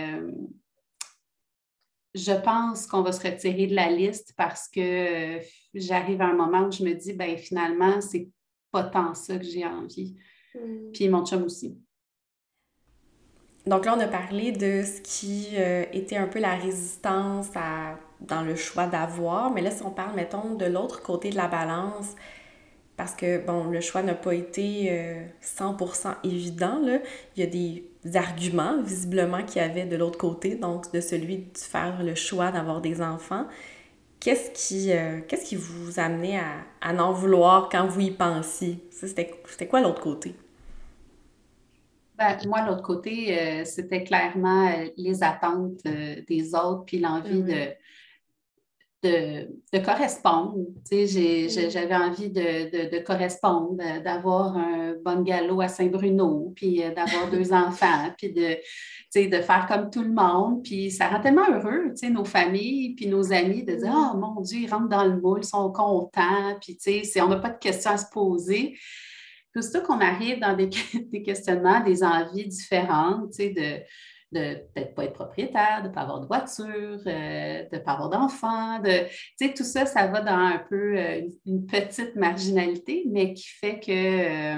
je pense qu'on va se retirer de la liste parce que j'arrive à un moment où je me dis, ben finalement, c'est pas tant ça que j'ai envie. Puis mon chum aussi. Donc là, on a parlé de ce qui était un peu la résistance dans le choix d'avoir, mais là, si on parle, mettons, de l'autre côté de la balance, parce que, bon, le choix n'a pas été 100% évident, là. Il y a des arguments, visiblement, qu'il y avait de l'autre côté, donc de celui de faire le choix d'avoir des enfants. qu'est-ce qui vous amenait à n'en vouloir quand vous y pensiez? Ça, c'était quoi l'autre côté? Ben, moi, l'autre côté, c'était clairement les attentes des autres, puis l'envie Mhm. de correspondre. Tu sais, Mhm. j'avais envie de correspondre, d'avoir un bungalow à Saint-Bruno, puis d'avoir deux enfants, puis tu sais, de faire comme tout le monde. Puis ça rend tellement heureux, tu sais, nos familles, puis nos amis, de dire, Mhm. oh mon Dieu, ils rentrent dans le moule, ils sont contents, puis tu sais, on n'a pas de questions à se poser. Puis aussitôt qu'on arrive dans des questionnements, des envies différentes, tu sais, de peut-être pas être propriétaire, de ne pas avoir de voiture, de ne pas avoir d'enfant, tu sais, tout ça, ça va dans un peu une petite marginalité, mais qui fait que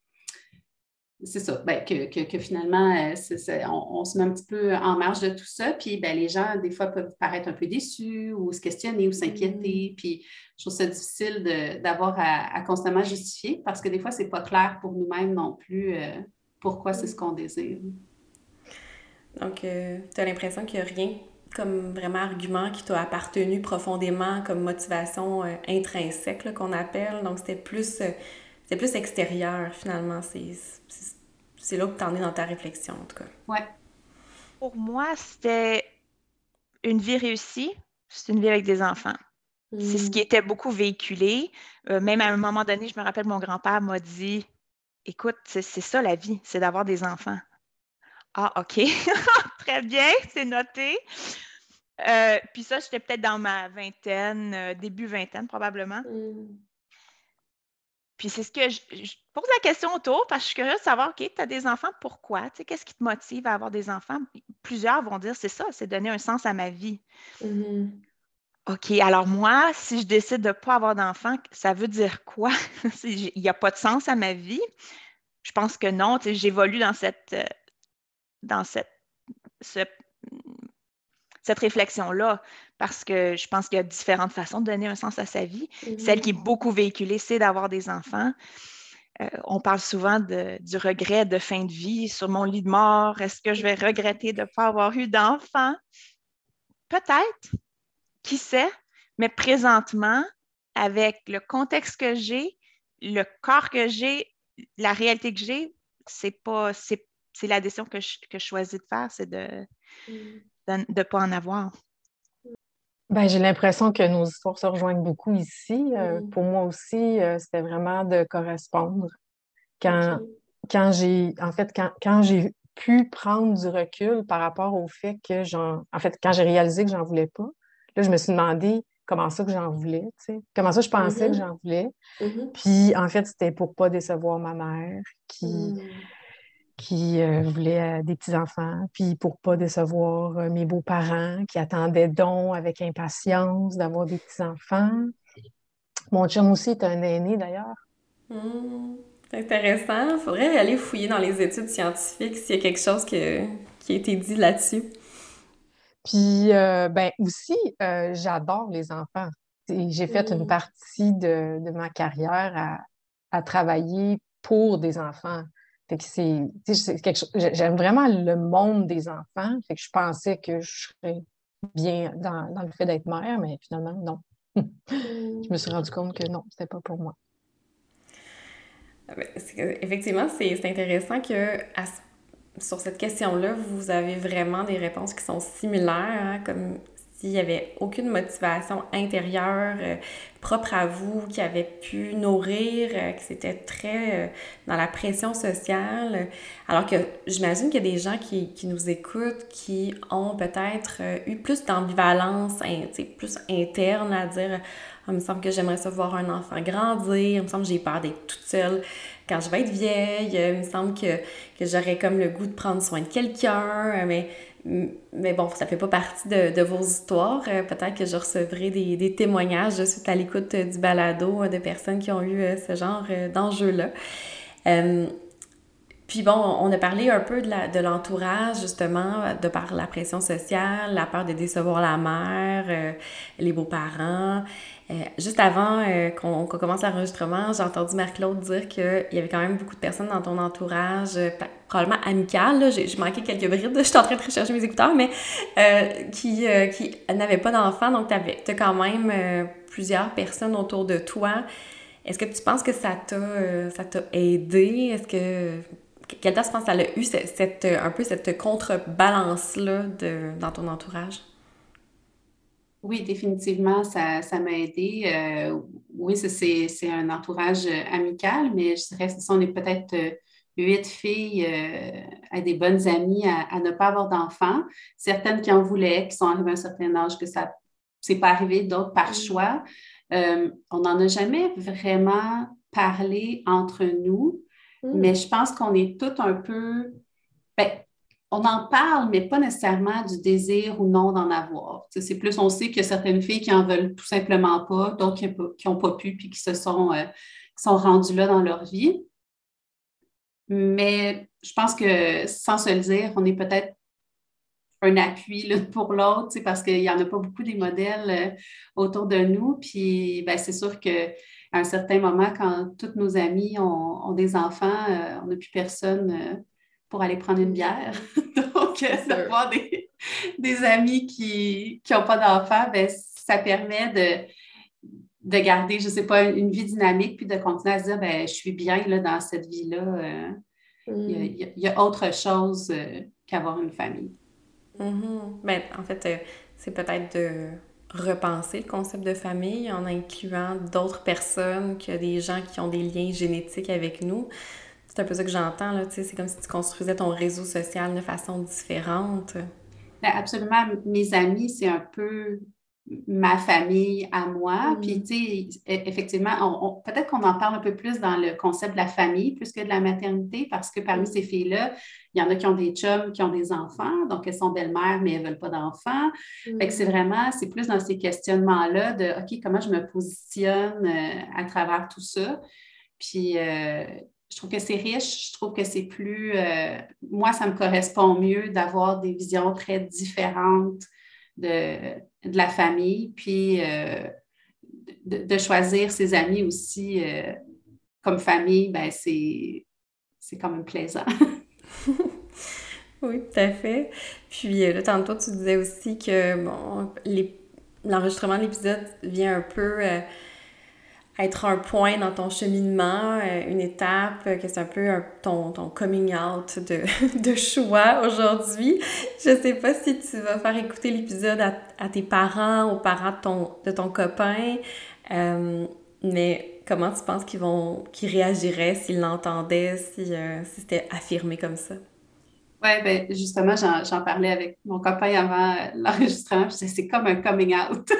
c'est ça, ben, que finalement, on se met un petit peu en marge de tout ça, puis ben, les gens, des fois, peuvent paraître un peu déçus ou se questionner ou Mhm. s'inquiéter, puis je trouve ça difficile d'avoir à constamment justifier parce que des fois, c'est pas clair pour nous-mêmes non plus pourquoi c'est ce qu'on désire. Donc, tu as l'impression qu'il n'y a rien comme vraiment argument qui t'a appartenu profondément comme motivation intrinsèque là, qu'on appelle. Donc, c'était plus extérieur finalement. C'est là que tu en es dans ta réflexion en tout cas. Ouais. Pour moi, c'était une vie réussie, c'est une vie avec des enfants. C'est ce qui Mm. était beaucoup véhiculé. Même à un moment donné, je me rappelle, mon grand-père m'a dit, écoute, c'est ça la vie, c'est d'avoir des enfants. Ah, OK. Très bien, c'est noté. Puis ça, j'étais peut-être dans ma vingtaine, début vingtaine probablement. Mm. Puis c'est ce que je pose la question autour parce que je suis curieuse de savoir, OK, tu as des enfants, pourquoi? Tu sais, qu'est-ce qui te motive à avoir des enfants? Plusieurs vont dire, c'est ça, c'est donner un sens à ma vie. Mhm. OK, alors moi, si je décide de ne pas avoir d'enfant, ça veut dire quoi? Il n'y a pas de sens à ma vie. Je pense que non, tu sais, j'évolue dans ce- cette réflexion-là parce que je pense qu'il y a différentes façons de donner un sens à sa vie. Celle qui est Mhm. beaucoup véhiculée, c'est d'avoir des enfants. On parle souvent du regret de fin de vie sur mon lit de mort. Est-ce que je vais regretter de ne pas avoir eu d'enfant? Peut-être, qui sait, mais présentement, avec le contexte que j'ai, le corps que j'ai, la réalité que j'ai, c'est la décision que je choisis de faire, c'est de pas en avoir. Ben, j'ai l'impression que nos histoires se rejoignent beaucoup ici. Mhm. Pour moi aussi, c'était vraiment de correspondre. Quand, OK. en fait, quand j'ai pu prendre du recul par rapport au fait que en fait, quand j'ai réalisé que j'en voulais pas, là, je me suis demandé comment ça que j'en voulais, tu sais, comment ça je pensais que Mhm. j'en voulais. Mhm. Puis, en fait, c'était pour pas décevoir ma mère Mhm. qui voulait des petits-enfants, puis pour pas décevoir mes beaux-parents qui attendaient donc avec impatience d'avoir des petits-enfants. Mon chum aussi est un aîné d'ailleurs. Hmm, c'est intéressant. Il faudrait aller fouiller dans les études scientifiques s'il y a quelque chose qui a été dit là-dessus. Puis, ben aussi, j'adore les enfants. Et j'ai fait une Hmm. partie de ma carrière à travailler pour des enfants. Fait que tu sais, c'est quelque chose, j'aime vraiment le monde des enfants. Fait que je pensais que je serais bien dans le fait d'être mère, mais finalement, non. Je Hmm. me suis rendu compte que non, c'était pas pour moi. Ah ben, effectivement, c'est intéressant que sur cette question-là, vous avez vraiment des réponses qui sont similaires, hein, comme s'il n'y avait aucune motivation intérieure propre à vous qui avait pu nourrir, que c'était très dans la pression sociale. Alors que j'imagine qu'il y a des gens qui nous écoutent qui ont peut-être eu plus d'ambivalence, plus interne à dire ah, il me semble que j'aimerais ça voir un enfant grandir, il me semble que j'ai peur d'être toute seule quand je vais être vieille, il me semble que j'aurais comme le goût de prendre soin de quelqu'un, mais bon, ça fait pas partie de vos histoires. Peut-être que je recevrai des témoignages suite à l'écoute du balado de personnes qui ont eu ce genre d'enjeu-là. Euh, Puis bon, on a parlé un peu de l'entourage, justement, de par la pression sociale, la peur de décevoir la mère, les beaux-parents. Juste avant qu'on commence l'enregistrement, j'ai entendu Marie-Claude dire qu'il y avait quand même beaucoup de personnes dans ton entourage, probablement amicales, là, j'ai manqué quelques brides, je suis en train de rechercher mes écouteurs, mais qui n'avaient pas d'enfants, donc t'as quand même plusieurs personnes autour de toi. Est-ce que tu penses que ça t'a aidé? Quelle place tu penses que ça a eu un peu cette contrebalance-là dans ton entourage? Oui, définitivement, ça m'a aidé. Oui, c'est un entourage amical, mais je dirais que on est peut-être 8 filles à des bonnes amies à ne pas avoir d'enfants. Certaines qui en voulaient, qui sont arrivées à un certain âge, que ça c'est pas arrivé, d'autres par choix. On n'en a jamais vraiment parlé entre nous, mais je pense qu'on est toutes un peu... Ben, on en parle, mais pas nécessairement du désir ou non d'en avoir. C'est plus, on sait qu'il y a certaines filles qui en veulent tout simplement pas, d'autres qui n'ont pas pu, puis qui sont rendues là dans leur vie. Mais je pense que sans se le dire, on est peut-être un appui là, pour l'autre, parce qu'il n'y en a pas beaucoup des modèles autour de nous. Puis ben, c'est sûr qu'à un certain moment, quand tous nos amis ont des enfants, on n'a plus personne pour aller prendre une bière. Donc, d'avoir des amis qui n'ont pas d'enfants, ben, ça permet de garder, je ne sais pas, une vie dynamique, puis de continuer à se dire, ben, je suis bien là, dans cette vie-là. Il y a autre chose qu'avoir une famille. Ben, en fait, c'est peut-être de repenser le concept de famille en incluant d'autres personnes que des gens qui ont des liens génétiques avec nous. C'est un peu ça que j'entends, là, tu sais, c'est comme si tu construisais ton réseau social de façon différente. Ben, absolument, mes amis, c'est un peu ma famille à moi. Puis, tu sais, effectivement, peut-être qu'on en parle un peu plus dans le concept de la famille plus que de la maternité, parce que parmi ces filles-là, il y en a qui ont des chums, qui ont des enfants, donc elles sont belles-mères, mais elles ne veulent pas d'enfants. Fait que c'est plus dans ces questionnements-là de, OK, comment je me positionne à travers tout ça. Puis, je trouve que c'est riche, je trouve que c'est plus... moi, ça me correspond mieux d'avoir des visions très différentes de la famille, puis de choisir ses amis aussi comme famille, ben c'est quand même plaisant. Oui, tout à fait. Puis là, tantôt, tu disais aussi que bon, l'enregistrement de l'épisode vient un peu être un point dans ton cheminement, une étape, que c'est un peu ton coming out de choix aujourd'hui. Je sais pas si tu vas faire écouter l'épisode à tes parents, aux parents de ton copain, mais comment tu penses qu'ils réagiraient s'ils l'entendaient, si c'était affirmé comme ça? Oui, ben justement, j'en parlais avec mon copain avant l'enregistrement, puis c'est comme un coming out.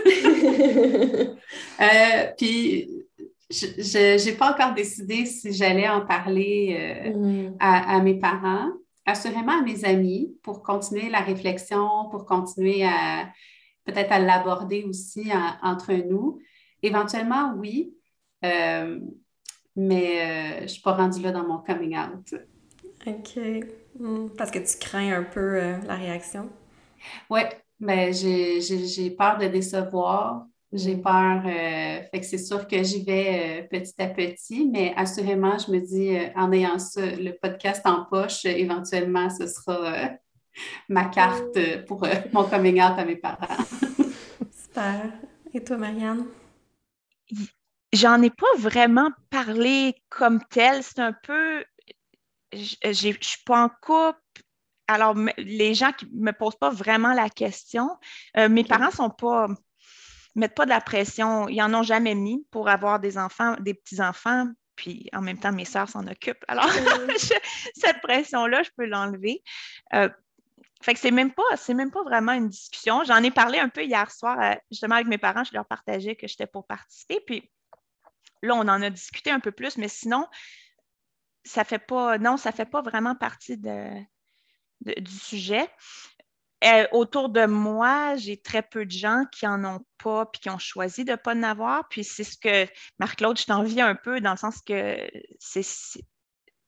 Puis, je n'ai pas encore décidé si j'allais en parler à mes parents, assurément à mes amis, pour continuer la réflexion, pour continuer à peut-être à l'aborder aussi entre nous. Éventuellement, oui, euh, mais je ne suis pas rendue là dans mon coming out. OK. Parce que tu crains un peu la réaction? Oui, ben, j'ai peur de décevoir. J'ai peur, fait que c'est sûr que j'y vais petit à petit, mais assurément, je me dis, en ayant ça, le podcast en poche, éventuellement, ce sera ma carte pour mon coming out à mes parents. Super. Et toi, Marianne? J'en ai pas vraiment parlé comme tel. C'est un peu... Je suis pas en couple. Alors, les gens qui me posent pas vraiment la question, mes parents mettent pas de la pression. Ils en ont jamais mis pour avoir des enfants, des petits-enfants. Puis, en même temps, mes sœurs s'en occupent. Alors, cette pression-là, je peux l'enlever. Fait que c'est même pas vraiment une discussion. J'en ai parlé un peu hier soir, justement, avec mes parents. Je leur partageais que j'étais pour participer. Puis là, on en a discuté un peu plus, mais sinon, ça fait pas vraiment partie du sujet. Autour de moi, j'ai très peu de gens qui en ont pas puis qui ont choisi de ne pas en avoir. Puis c'est ce que, Marc-Claude, je t'envie un peu dans le sens que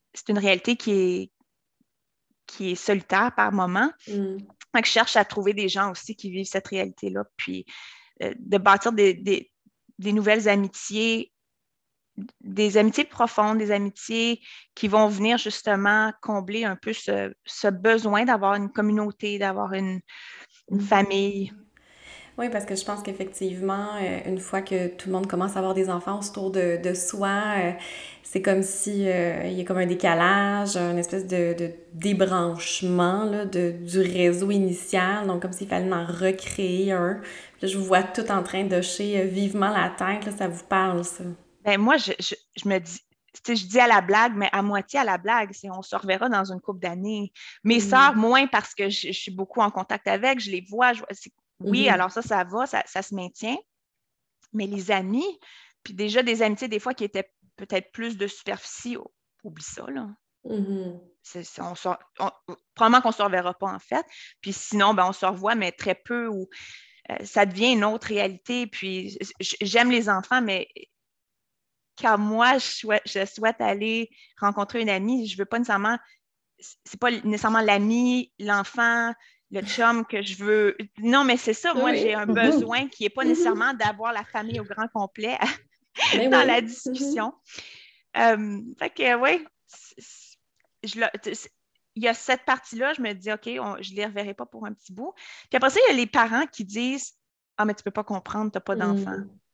c'est une réalité qui est solitaire par moment. Donc, je cherche à trouver des gens aussi qui vivent cette réalité-là, puis de bâtir des nouvelles amitiés, des amitiés profondes, des amitiés qui vont venir justement combler un peu ce besoin d'avoir une communauté, d'avoir une famille. Oui, parce que je pense qu'effectivement, une fois que tout le monde commence à avoir des enfants autour de soi, c'est comme si il y a comme un décalage, une espèce de débranchement là, du réseau initial, donc comme s'il fallait en recréer un. Puis là, je vous vois tout en train d'hocher vivement la tête, là, ça vous parle, ça. Ben moi, je me dis, tu sais, je dis à la blague, mais à moitié à la blague, c'est on se reverra dans une couple d'années. Mes sœurs, moins parce que je suis beaucoup en contact avec, je les vois. Oui, alors ça va, ça se maintient. Mais les amis, puis déjà des amitiés des fois qui étaient peut-être plus de superficie, oublie ça, là. Probablement qu'on ne se reverra pas, en fait. Puis sinon, ben, on se revoit, mais très peu, ou ça devient une autre réalité. Puis j'aime les enfants, mais quand moi, je souhaite aller rencontrer une amie, je veux pas nécessairement, c'est pas nécessairement l'ami, l'enfant, le chum que je veux. Non, mais c'est ça, moi, j'ai un besoin qui n'est pas nécessairement d'avoir la famille au grand complet dans la discussion. Fait que, oui, il y a cette partie-là, je me dis, OK, je ne les reverrai pas pour un petit bout. Puis après ça, il y a les parents qui disent, ah, mais tu ne peux pas comprendre, tu n'as pas d'enfant.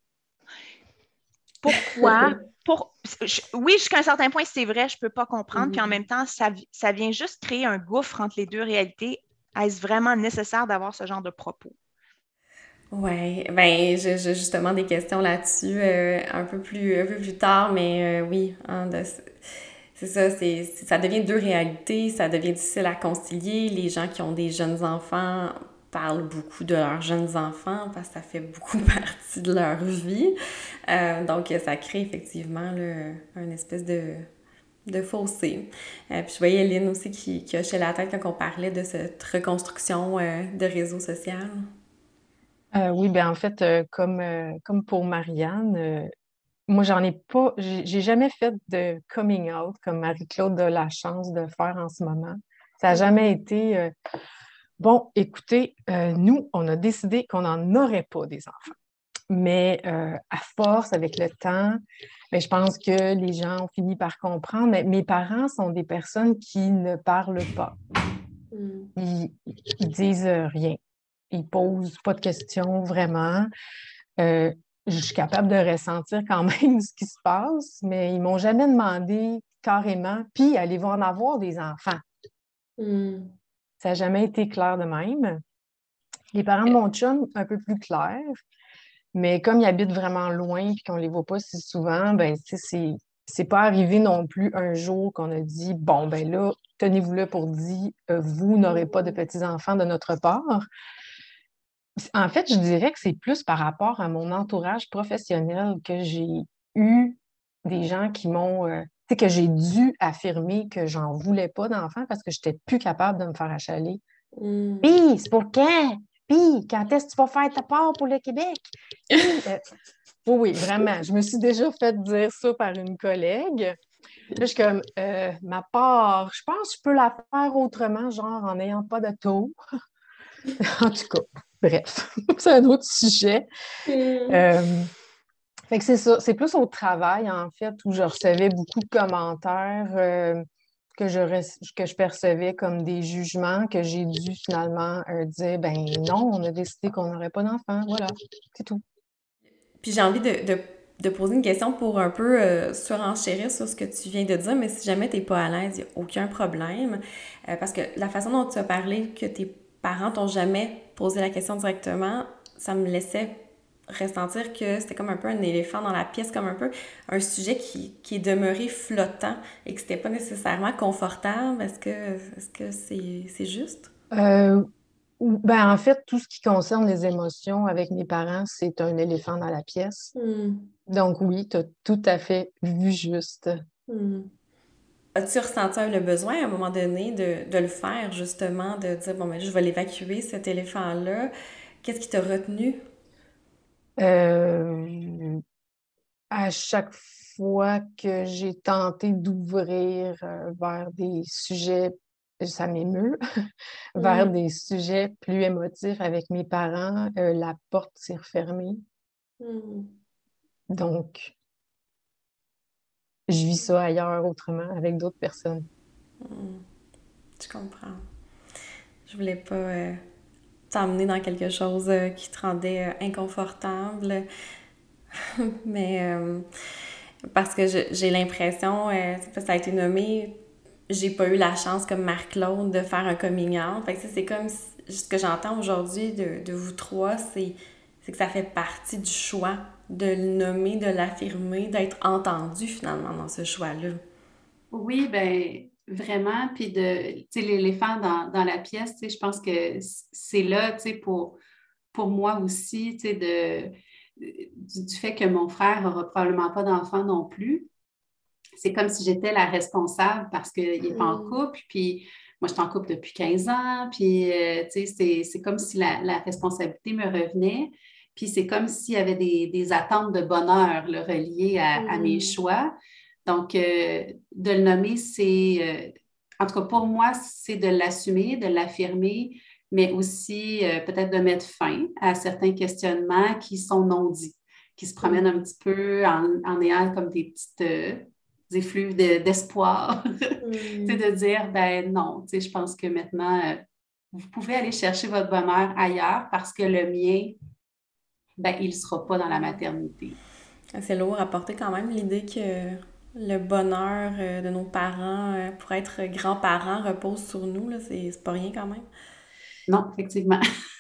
Pourquoi? Oui, jusqu'à un certain point, c'est vrai, je ne peux pas comprendre. Puis en même temps, ça vient juste créer un gouffre entre les deux réalités. Est-ce vraiment nécessaire d'avoir ce genre de propos? Oui, ben j'ai justement des questions là-dessus un peu plus tard, mais oui, hein, c'est ça, ça devient deux réalités, ça devient difficile à concilier. Les gens qui ont des jeunes enfants parlent beaucoup de leurs jeunes enfants parce que ça fait beaucoup partie de leur vie. Donc, ça crée effectivement là, une espèce de fossé. Puis je voyais Lynn aussi qui hochait la tête quand on parlait de cette reconstruction de réseau social. Oui, ben en fait, comme pour Marianne, moi, j'en ai pas, j'ai jamais fait de coming out comme Marie-Claude a la chance de faire en ce moment. Ça n'a jamais été, bon, écoutez, nous, on a décidé qu'on n'en aurait pas des enfants. Mais à force, avec le temps, ben, je pense que les gens ont fini par comprendre. Mais mes parents sont des personnes qui ne parlent pas. Ils disent rien. Ils posent pas de questions vraiment. Euh, je suis capable de ressentir quand même ce qui se passe, mais ils m'ont jamais demandé carrément, puis allez-vous en avoir des enfants? Ça n'a jamais été clair de même. Les parents de mon chum, un peu plus clair, mais comme ils habitent vraiment loin et qu'on ne les voit pas si souvent, ben, c'est pas arrivé non plus un jour qu'on a dit, bon, ben là, tenez-vous là pour dire, vous n'aurez pas de petits-enfants de notre part. En fait, je dirais que c'est plus par rapport à mon entourage professionnel que j'ai eu des gens qui m'ont, tu sais, que j'ai dû affirmer que j'en voulais pas d'enfants parce que je n'étais plus capable de me faire achaler. Puis, c'est pour quand? Puis, quand est-ce que tu vas faire ta part pour le Québec? Puis, oui, oui, vraiment. Je me suis déjà fait dire ça par une collègue. Là, je suis comme, ma part, je pense que je peux la faire autrement, genre en n'ayant pas de taux. En tout cas, bref, c'est un autre sujet. Fait que c'est ça, c'est plus au travail, en fait, où je recevais beaucoup de commentaires que je percevais comme des jugements que j'ai dû finalement dire, ben non, on a décidé qu'on n'aurait pas d'enfants, voilà, c'est tout. Puis j'ai envie de poser une question pour un peu surenchérir sur ce que tu viens de dire, mais si jamais t'es pas à l'aise, il n'y a aucun problème. Parce que la façon dont tu as parlé, que tes parents t'ont jamais posé la question directement, ça me laissait ressentir que c'était comme un peu un éléphant dans la pièce, comme un peu un sujet qui est demeuré flottant et que c'était pas nécessairement confortable. Est-ce que c'est juste? Euh, ben, en fait, tout ce qui concerne les émotions avec mes parents, c'est un éléphant dans la pièce. Donc oui, tu as tout à fait vu juste. As-tu ressenti le besoin à un moment donné de le faire, justement, de dire, bon, ben, je vais l'évacuer, cet éléphant-là? Qu'est-ce qui t'a retenu? Euh, à chaque fois que j'ai tenté d'ouvrir vers des sujets, ça m'émeut, vers des sujets plus émotifs avec mes parents, la porte s'est refermée. Donc, je vis ça ailleurs autrement avec d'autres personnes. Je comprends. Je voulais pas t'emmener dans quelque chose qui te rendait inconfortable, mais parce que j'ai l'impression, ça a été nommé, j'ai pas eu la chance comme Marc-Claude de faire un coming out. Fait que c'est comme ce que j'entends aujourd'hui de vous trois, c'est que ça fait partie du choix de le nommer, de l'affirmer, d'être entendu finalement dans ce choix-là. Oui, ben vraiment. Puis tu sais, l'éléphant dans la pièce, tu sais, je pense que c'est là, tu sais, pour moi aussi, tu sais, du fait que mon frère n'aura probablement pas d'enfant non plus. C'est comme si j'étais la responsable parce qu'il n'est pas en couple, puis moi, je suis en couple depuis 15 ans, puis tu sais, c'est comme si la responsabilité me revenait, puis c'est comme s'il y avait des attentes de bonheur là, reliées à mes choix. Donc, de le nommer, en tout cas pour moi, c'est de l'assumer, de l'affirmer, mais aussi peut-être de mettre fin à certains questionnements qui sont non dits, qui se promènent un petit peu en ayant comme des petites effluves d'espoir. C'est de dire, ben non, je pense que maintenant, vous pouvez aller chercher votre bonheur ailleurs parce que le mien, ben, il ne sera pas dans la maternité. C'est lourd à porter quand même l'idée que le bonheur de nos parents pour être grands-parents repose sur nous, là, c'est pas rien quand même. Non, effectivement.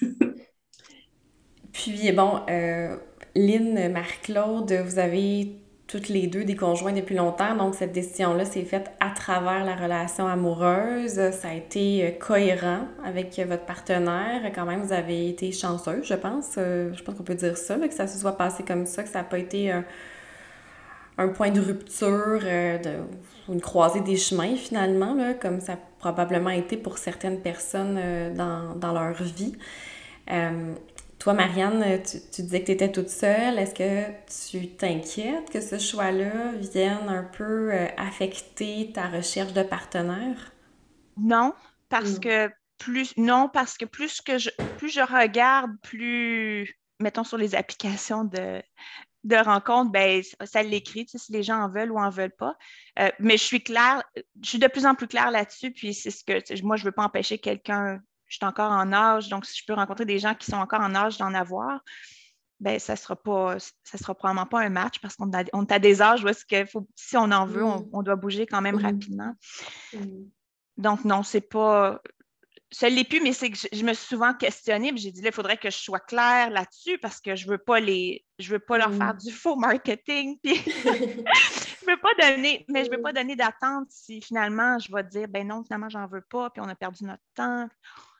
Puis bon, Lynn, Marie-Claude, vous avez toutes les deux des conjoints depuis longtemps, donc cette décision-là s'est faite à travers la relation amoureuse. Ça a été cohérent avec votre partenaire. Quand même, vous avez été chanceuse, je pense. Je pense qu'on peut dire ça, là, que ça se soit passé comme ça, que ça n'a pas été un point de rupture, une croisée des chemins finalement, là, comme ça a probablement été pour certaines personnes dans leur vie. Toi, Marianne, tu disais que tu étais toute seule. Est-ce que tu t'inquiètes que ce choix-là vienne un peu affecter ta recherche de partenaire? Non, parce que plus plus je regarde, plus, mettons, sur les applications de rencontres, ben, ça l'écrit, tu sais, si les gens en veulent ou en veulent pas. Mais je suis claire, je suis de plus en plus claire là-dessus, puis c'est ce que, tu sais, moi, je veux pas empêcher quelqu'un, je suis encore en âge, donc si je peux rencontrer des gens qui sont encore en âge d'en avoir, ben, ça sera probablement pas un match parce qu'on est à des âges où est-ce que si on en veut, on doit bouger quand même rapidement. Donc, non, c'est pas. Ça l'est plus, mais c'est que je me suis souvent questionnée, puis j'ai dit là, il faudrait que je sois claire là-dessus parce que je veux pas leur faire du faux marketing. Puis je veux pas donner d'attente si finalement je vais dire ben non, finalement, j'en veux pas, puis on a perdu notre temps.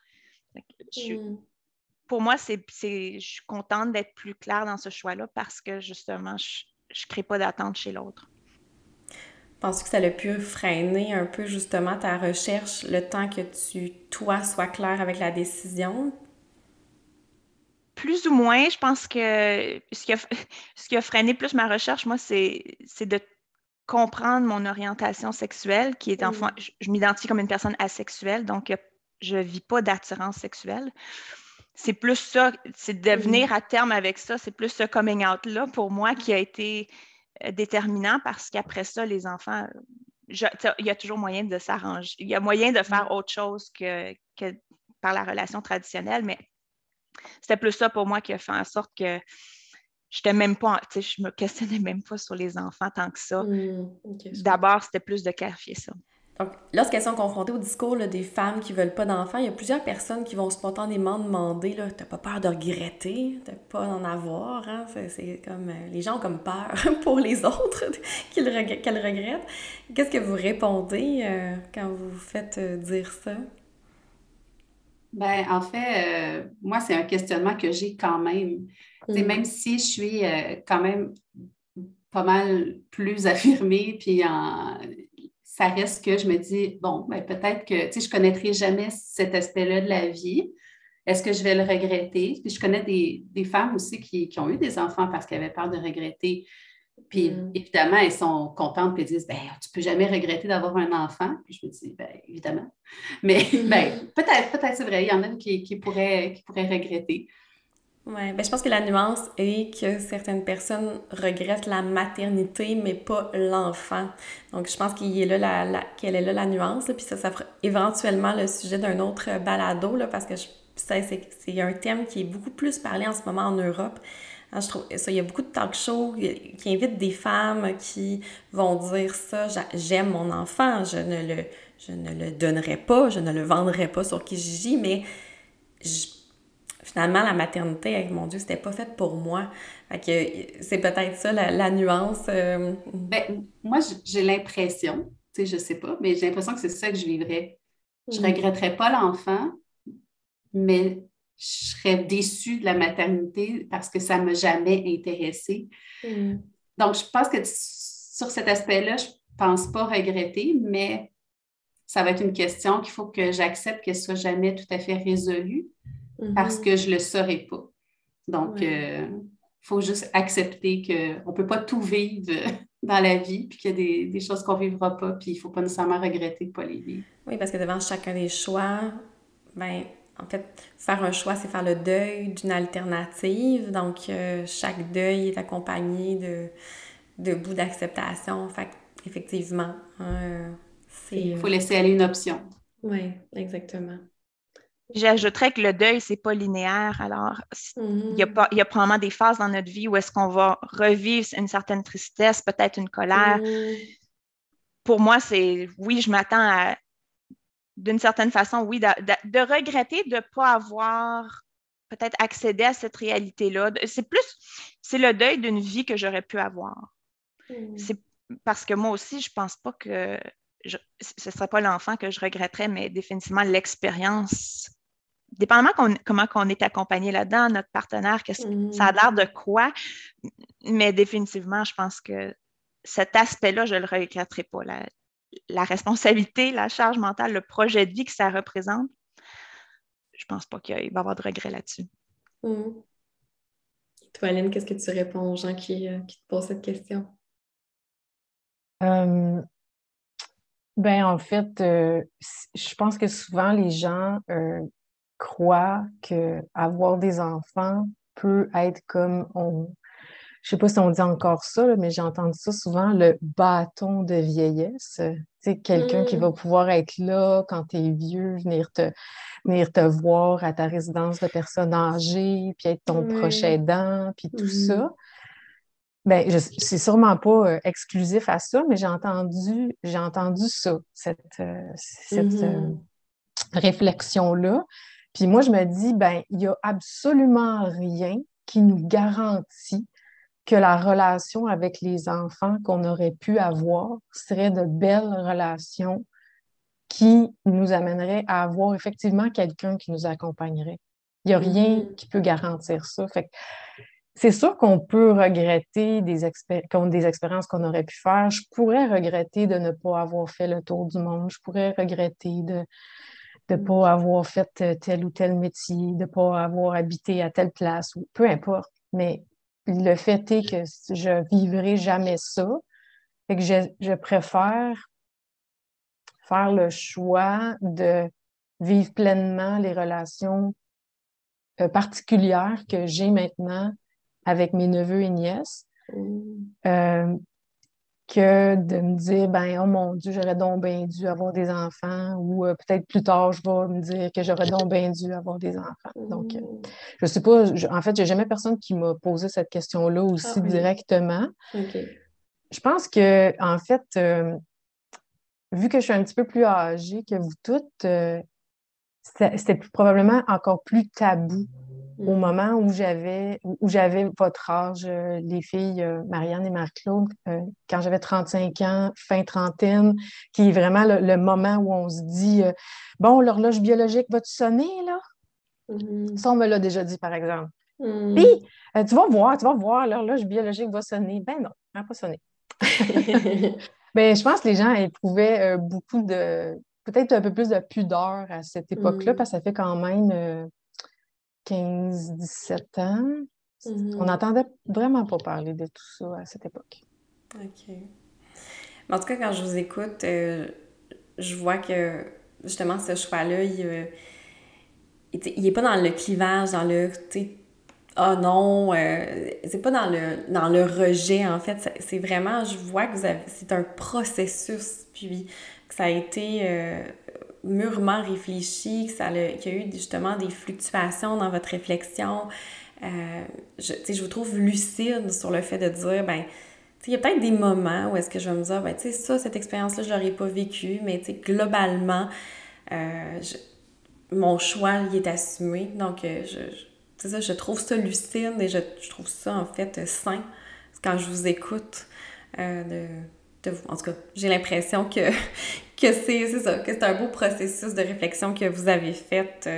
Pour moi, je suis contente d'être plus claire dans ce choix-là parce que justement, je ne crée pas d'attente chez l'autre. Penses-tu que ça a pu freiner un peu justement ta recherche le temps que toi, sois claire avec la décision? Plus ou moins, je pense que ce qui a freiné plus ma recherche, moi, c'est de comprendre mon orientation sexuelle, qui est enfant. Je m'identifie comme une personne asexuelle, donc je ne vis pas d'attirance sexuelle. C'est plus ça, c'est de venir à terme avec ça, c'est plus ce coming out-là pour moi qui a été déterminant parce qu'après ça, les enfants, il y a toujours moyen de s'arranger. Il y a moyen de faire autre chose que par la relation traditionnelle, mais c'était plus ça pour moi qui a fait en sorte que je me questionnais même pas sur les enfants tant que ça. D'abord, c'était plus de clarifier ça. Donc, lorsqu'elles sont confrontées au discours là, des femmes qui veulent pas d'enfants, il y a plusieurs personnes qui vont spontanément demander là, t'as pas peur de regretter, de pas en avoir, hein? C'est comme les gens ont comme peur pour les autres qu'elles regrettent. Qu'est-ce que vous répondez quand vous vous faites dire ça? Ben, en fait, moi, c'est un questionnement que j'ai quand même. Même si je suis quand même pas mal plus affirmée, puis ça reste que je me dis, bon, ben, peut-être que, je ne connaîtrai jamais cet aspect-là de la vie. Est-ce que je vais le regretter? Puis je connais des femmes aussi qui ont eu des enfants parce qu'elles avaient peur de regretter. Puis évidemment, elles sont contentes puis elles disent ben tu peux jamais regretter d'avoir un enfant. Puis je me dis ben évidemment. Mais ben peut-être c'est vrai, il y en a qui pourraient regretter. Ouais, ben je pense que la nuance est que certaines personnes regrettent la maternité, mais pas l'enfant. Donc, je pense qu'il est là qu'elle est là la nuance, là, puis ça fera éventuellement le sujet d'un autre balado, là, parce que c'est un thème qui est beaucoup plus parlé en ce moment en Europe. Hein, je trouve ça, il y a beaucoup de talk shows qui invitent des femmes qui vont dire ça, j'aime mon enfant, je ne le donnerai pas, je ne le vendrai pas sur Kijiji, mais finalement, la maternité, mon Dieu, c'était pas fait pour moi. Fait que c'est peut-être ça la nuance. Ben, moi, j'ai l'impression, tu sais, je sais pas, mais j'ai l'impression que c'est ça que je vivrais. Je Mm. regretterais pas l'enfant, mais je serais déçue de la maternité parce que ça m'a jamais intéressée. Mm. Donc, je pense que sur cet aspect-là, je pense pas regretter, mais ça va être une question qu'il faut que j'accepte qu'elle soit jamais tout à fait résolue parce que je le saurais pas. Donc, il faut juste accepter qu'on ne peut pas tout vivre dans la vie, puis qu'il y a des choses qu'on ne vivra pas, puis il ne faut pas nécessairement regretter de ne pas les vivre. Oui, parce que devant chacun des choix, ben, en fait, faire un choix, c'est faire le deuil d'une alternative. Donc, chaque deuil est accompagné de bouts d'acceptation. Fait effectivement, Il faut laisser aller une option. Oui, exactement. J'ajouterais que le deuil, c'est pas linéaire. Alors, il y a probablement des phases dans notre vie où est-ce qu'on va revivre une certaine tristesse, peut-être une colère. Pour moi, oui, je m'attends à, d'une certaine façon, oui, de regretter de ne pas avoir peut-être accédé à cette réalité-là. C'est le deuil d'une vie que j'aurais pu avoir. C'est parce que moi aussi, je pense pas que ce ne serait pas l'enfant que je regretterais, mais définitivement l'expérience. Dépendamment comment on est accompagné là-dedans, notre partenaire, ça a l'air de quoi, mais définitivement, je pense que cet aspect-là, je ne le regretterai pas. La responsabilité, la charge mentale, le projet de vie que ça représente, je ne pense pas qu'il va y avoir de regret là-dessus. Toi, Aline, qu'est-ce que tu réponds aux gens qui te posent cette question? Ben, en fait, je pense que souvent les gens croient que avoir des enfants peut être comme je sais pas si on dit encore ça, là, mais j'ai entendu ça souvent, le bâton de vieillesse. Tu sais, quelqu'un qui va pouvoir être là quand tu es vieux, venir te voir à ta résidence de personnes âgées, puis être ton proche aidant, puis tout ça. Ben, c'est sûrement pas exclusif à ça, mais j'ai entendu ça, cette réflexion-là. Puis moi, je me dis, ben, il y a absolument rien qui nous garantit que la relation avec les enfants qu'on aurait pu avoir serait de belles relations qui nous amèneraient à avoir effectivement quelqu'un qui nous accompagnerait. Il n'y a rien qui peut garantir ça. Fait que c'est sûr qu'on peut regretter des expériences qu'on aurait pu faire. Je pourrais regretter de ne pas avoir fait le tour du monde. Je pourrais regretter de ne pas avoir fait tel ou tel métier, de ne pas avoir habité à telle place, ou peu importe. Mais le fait est que je vivrai jamais ça. Fait que je préfère faire le choix de vivre pleinement les relations particulières que j'ai maintenant avec mes neveux et nièces, que de me dire, ben, oh mon Dieu, j'aurais donc bien dû avoir des enfants, ou peut-être plus tard, je vais me dire que j'aurais donc bien dû avoir des enfants. Donc, je sais pas, en fait, j'ai jamais personne qui m'a posé cette question-là aussi directement. Je pense que, en fait, vu que je suis un petit peu plus âgée que vous toutes, c'était probablement encore plus tabou au moment où j'avais votre âge, les filles, Marianne et Marie-Claude, quand j'avais 35 ans, fin trentaine, qui est vraiment le moment où on se dit bon, l'horloge biologique va-tu sonner, là? Ça, on me l'a déjà dit, par exemple. Puis, tu vas voir, l'horloge biologique va sonner. Ben non, elle n'a pas sonné. Ben, je pense que les gens éprouvaient beaucoup peut-être un peu plus de pudeur à cette époque-là, parce que ça fait quand même 15-17 ans. On n'entendait vraiment pas parler de tout ça à cette époque. OK. Mais en tout cas, quand je vous écoute, je vois que, justement, ce choix-là, il est pas dans le clivage, dans le, tu sais, ah non, c'est pas dans le rejet, en fait. C'est vraiment, je vois que c'est un processus, puis que ça a été mûrement réfléchi, qu'il y a eu justement des fluctuations dans votre réflexion. Je vous trouve lucide sur le fait de dire, ben, il y a peut-être des moments où est-ce que je vais me dire, ben, tu sais, cette expérience-là, je l'aurais pas vécue, mais tu sais, globalement, mon choix, il est assumé. Donc, c'est ça, je trouve ça lucide et je trouve ça, en fait, sain quand je vous écoute de vous. En tout cas, j'ai l'impression que c'est ça, que c'est un beau processus de réflexion que vous avez fait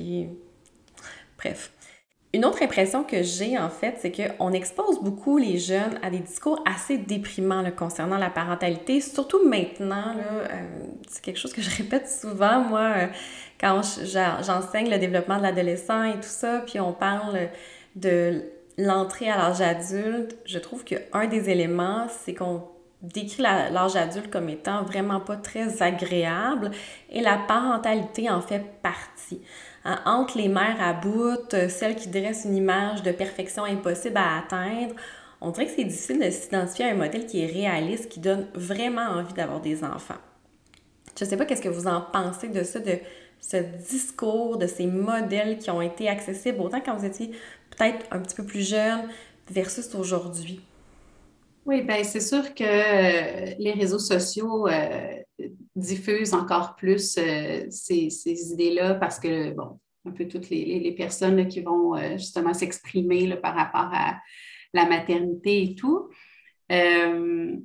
Bref. Une autre impression que j'ai, en fait, c'est qu'on expose beaucoup les jeunes à des discours assez déprimants là, concernant la parentalité, surtout maintenant. Là, c'est quelque chose que je répète souvent, moi, quand j'enseigne le développement de l'adolescent et tout ça, puis on parle de l'entrée à l'âge adulte. Je trouve qu'un des éléments, c'est qu'on décrit l'âge adulte comme étant vraiment pas très agréable et la parentalité en fait partie. Entre les mères à bout, celles qui dressent une image de perfection impossible à atteindre, on dirait que c'est difficile de s'identifier à un modèle qui est réaliste, qui donne vraiment envie d'avoir des enfants. Je ne sais pas qu'est-ce que vous en pensez de ça, de ce discours, de ces modèles qui ont été accessibles autant quand vous étiez peut-être un petit peu plus jeune versus aujourd'hui. Oui, bien, c'est sûr que les réseaux sociaux diffusent encore plus ces idées-là parce que, bon, un peu toutes les personnes là, qui vont justement s'exprimer là, par rapport à la maternité et tout. Euh,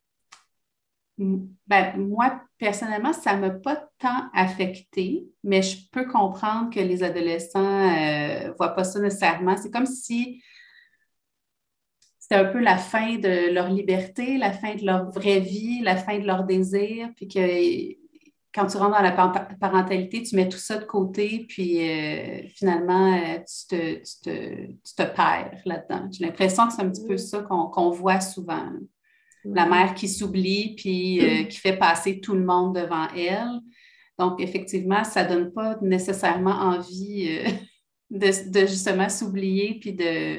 ben, moi, personnellement, ça ne m'a pas tant affectée, mais je peux comprendre que les adolescents ne voient pas ça nécessairement. C'est comme si c'était un peu la fin de leur liberté, la fin de leur vraie vie, la fin de leur désir, puis que quand tu rentres dans la parentalité, tu mets tout ça de côté, puis finalement, tu te perds là-dedans. J'ai l'impression que c'est un petit peu ça qu'on voit souvent. La mère qui s'oublie, puis qui fait passer tout le monde devant elle. Donc, effectivement, ça ne donne pas nécessairement envie de justement s'oublier, puis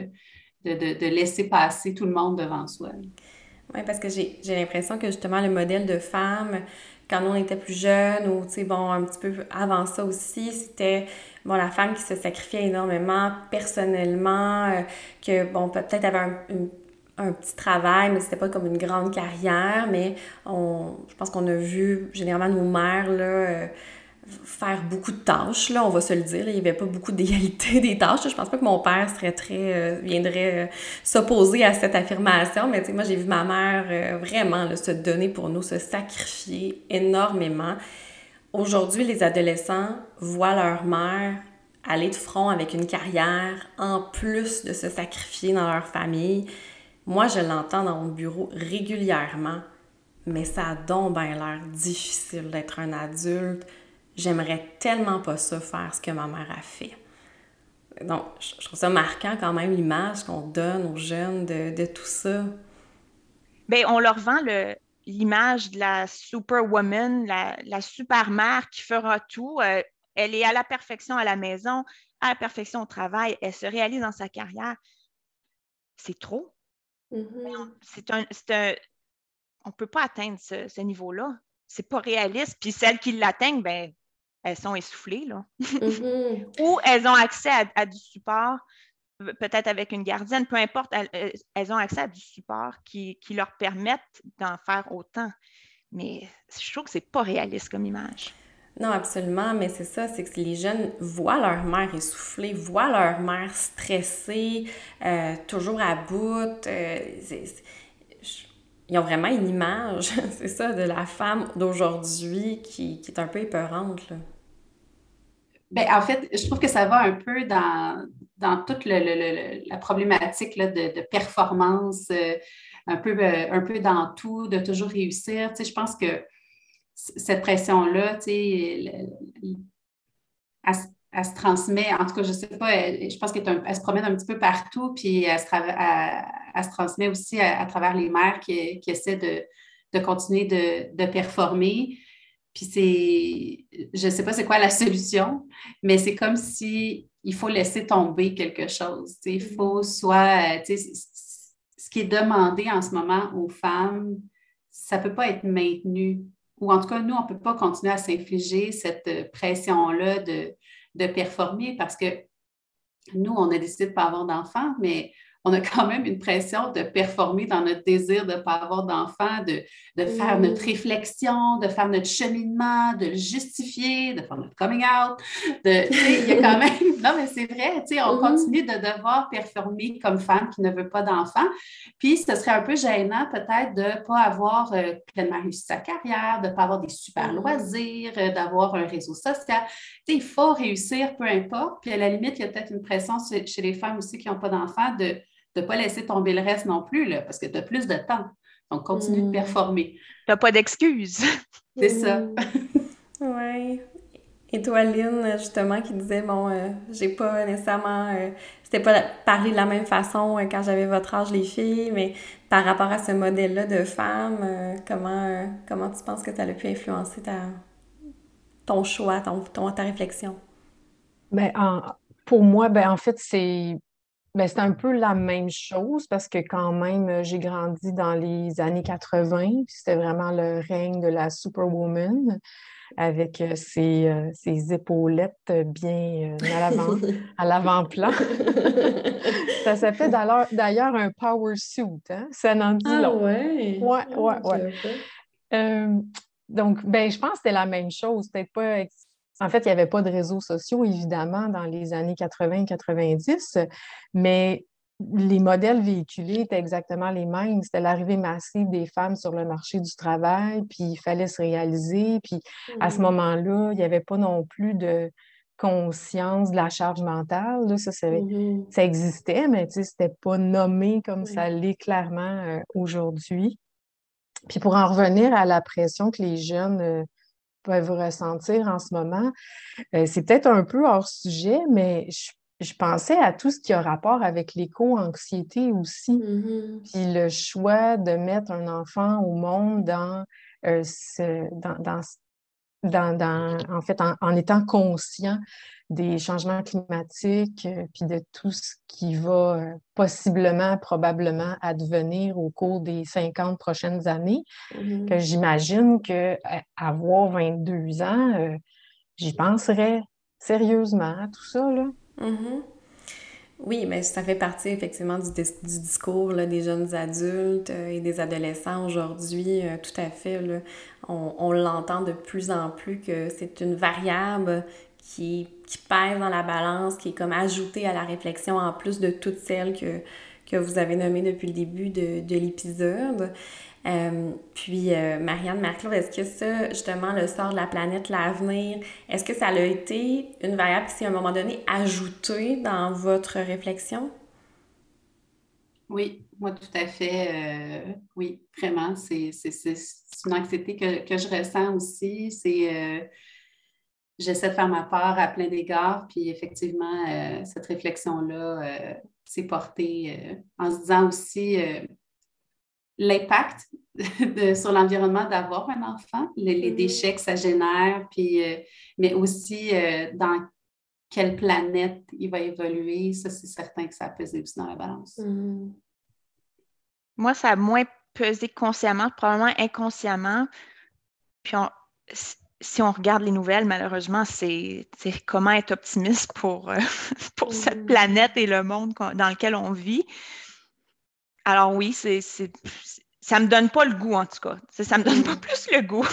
de laisser passer tout le monde devant soi. Oui, parce que j'ai l'impression que justement le modèle de femme, quand on était plus jeune ou, tu sais, bon, un petit peu avant ça aussi, c'était, bon, la femme qui se sacrifiait énormément personnellement, que, bon, peut-être avait un petit travail, mais c'était pas comme une grande carrière, mais je pense qu'on a vu généralement nos mères, là, faire beaucoup de tâches, là, on va se le dire. Là. Il n'y avait pas beaucoup d'égalité des tâches. Là. Je pense pas que mon père viendrait s'opposer à cette affirmation, mais tu sais, moi, j'ai vu ma mère vraiment là, se donner pour nous, se sacrifier énormément. Aujourd'hui, les adolescents voient leur mère aller de front avec une carrière, en plus de se sacrifier dans leur famille. Moi, je l'entends dans mon bureau régulièrement, mais ça a donc bien l'air difficile d'être un adulte. J'aimerais tellement pas ça faire ce que ma mère a fait. Donc, je trouve ça marquant quand même l'image qu'on donne aux jeunes de tout ça. Bien, on leur vend l'image de la superwoman, la super mère qui fera tout. Elle est à la perfection à la maison, à la perfection au travail, elle se réalise dans sa carrière. C'est trop. Mm-hmm. On ne peut pas atteindre ce niveau-là. C'est pas réaliste. Puis celles qui l'atteignent, ben, elles sont essoufflées, là. Mm-hmm. Ou elles ont accès à du support, peut-être avec une gardienne, peu importe, elles ont accès à du support qui leur permettent d'en faire autant. Mais je trouve que c'est pas réaliste comme image. Non, absolument, mais c'est ça, c'est que les jeunes voient leur mère essoufflée, voient leur mère stressée, toujours à bout. Ils ont vraiment une image, c'est ça, de la femme d'aujourd'hui qui est un peu épeurante, là. Ben, en fait, je trouve que ça va un peu dans toute la problématique là, de performance, un peu dans tout, de toujours réussir. Tu sais, je pense que cette pression-là, tu sais, elle se transmet, en tout cas, je sais pas, je pense qu'elle se promène un petit peu partout, puis elle se transmet aussi à travers les mères qui essaient de continuer de performer. Puis je ne sais pas c'est quoi la solution, mais c'est comme si il faut laisser tomber quelque chose. Il faut soit, ce qui est demandé en ce moment aux femmes, ça ne peut pas être maintenu. Ou en tout cas, nous, on ne peut pas continuer à s'infliger cette pression-là de performer parce que nous, on a décidé de ne pas avoir d'enfants, mais on a quand même une pression de performer dans notre désir de ne pas avoir d'enfants, de faire notre réflexion, de faire notre cheminement, de le justifier, de faire notre coming out. Il y a quand même... Non, mais c'est vrai, on continue de devoir performer comme femme qui ne veut pas d'enfants. Puis, ce serait un peu gênant peut-être de ne pas avoir pleinement réussi sa carrière, de ne pas avoir des super loisirs, d'avoir un réseau social. Il faut réussir, peu importe. Puis, à la limite, il y a peut-être une pression chez les femmes aussi qui n'ont pas d'enfants de ne pas laisser tomber le reste non plus, là, parce que tu as plus de temps. Donc, continue de performer. Tu n'as pas d'excuses. C'est ça. Oui. Et toi, Lynn, justement, qui disait, bon, j'ai pas nécessairement... c'était pas parlé de la même façon quand j'avais votre âge, les filles, mais par rapport à ce modèle-là de femme, comment tu penses que ça a pu influencer ton choix, ta réflexion? Ben, pour moi, en fait, c'est un peu la même chose parce que quand même, j'ai grandi dans les années 80, puis c'était vraiment le règne de la superwoman avec ses épaulettes bien à l'avant-plan. Ça s'appelle d'ailleurs un power suit, hein? Ça n'en dit long. Ouais? Ouais. Donc, je pense que c'était la même chose. Peut-être pas. En fait, il n'y avait pas de réseaux sociaux, évidemment, dans les années 80-90, mais les modèles véhiculés étaient exactement les mêmes. C'était l'arrivée massive des femmes sur le marché du travail, puis il fallait se réaliser. Puis à ce moment-là, il n'y avait pas non plus de conscience de la charge mentale. Là. Ça existait, mais c'était pas nommé comme ça l'est clairement aujourd'hui. Puis pour en revenir à la pression que les jeunes peuvent ressentir en ce moment, c'est peut-être un peu hors sujet, mais je pensais à tout ce qui a rapport avec l'éco-anxiété aussi. Puis le choix de mettre un enfant au monde en fait, en étant conscient des changements climatiques, puis de tout ce qui va probablement advenir au cours des 50 prochaines années, que j'imagine qu'avoir 22 ans, j'y penserais sérieusement à tout ça, là. Oui, mais ça fait partie effectivement du discours là, des jeunes adultes et des adolescents aujourd'hui, tout à fait. Là, on l'entend de plus en plus que c'est une variable qui pèse dans la balance, qui est comme ajoutée à la réflexion en plus de toutes celles que vous avez nommées depuis le début de l'épisode. Puis, Marianne, Marie-Claude, est-ce que ça, justement, le sort de la planète, l'avenir, est-ce que ça a été une variable qui s'est à un moment donné ajoutée dans votre réflexion? Oui, moi, tout à fait. Oui, vraiment, c'est une anxiété que je ressens aussi. J'essaie de faire ma part à plein d'égards, puis effectivement, cette réflexion-là s'est portée en se disant aussi l'impact sur l'environnement d'avoir un enfant, les déchets que ça génère, puis, mais aussi dans quelle planète il va évoluer. Ça, c'est certain que ça a pesé aussi dans la balance. Moi, ça a moins pesé consciemment, probablement inconsciemment. Puis si on regarde les nouvelles, malheureusement, c'est comment être optimiste pour cette planète et le monde dans lequel on vit. Alors oui, ça me donne pas le goût, en tout cas. Ça me donne pas plus le goût.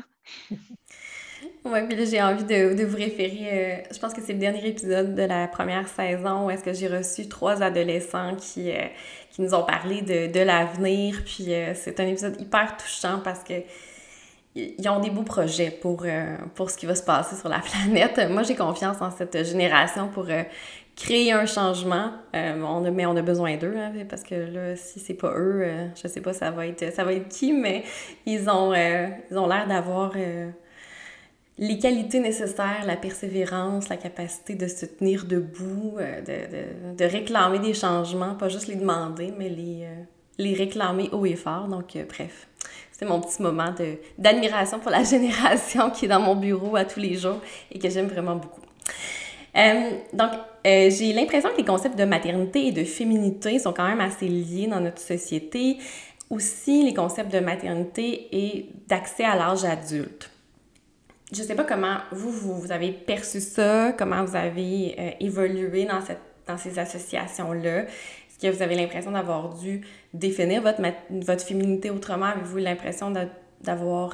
Oui, puis là, j'ai envie de vous référer, je pense que c'est le dernier épisode de la première saison où est-ce que j'ai reçu 3 adolescents qui nous ont parlé de l'avenir, puis c'est un épisode hyper touchant parce que ils ont des beaux projets pour ce qui va se passer sur la planète. Moi, j'ai confiance en cette génération pour créer un changement. Mais on a besoin d'eux, hein, parce que là, si c'est pas eux, je sais pas ça va être qui, mais ils ont l'air d'avoir les qualités nécessaires, la persévérance, la capacité de se tenir debout, de réclamer des changements, pas juste les demander, mais les réclamer haut et fort. Donc, bref, c'est mon petit moment d'admiration pour la génération qui est dans mon bureau à tous les jours et que j'aime vraiment beaucoup. Donc, j'ai l'impression que les concepts de maternité et de féminité sont quand même assez liés dans notre société. Aussi, les concepts de maternité et d'accès à l'âge adulte. Je ne sais pas comment vous avez perçu ça, comment vous avez évolué dans ces associations-là. Est-ce que vous avez l'impression d'avoir dû définir votre féminité autrement? Avez-vous l'impression d'avoir...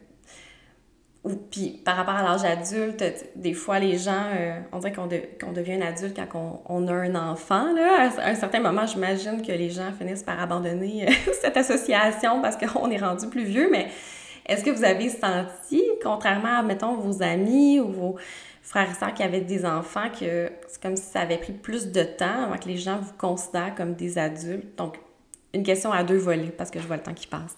Puis par rapport à l'âge adulte, des fois les gens, on dirait qu'on devient un adulte quand on a un enfant. Là. À un certain moment, j'imagine que les gens finissent par abandonner cette association parce qu'on est rendu plus vieux, mais... Est-ce que vous avez senti, contrairement à, mettons, vos amis ou vos frères et sœurs qui avaient des enfants, que c'est comme si ça avait pris plus de temps avant que les gens vous considèrent comme des adultes? Donc, une question à deux volets, parce que je vois le temps qui passe.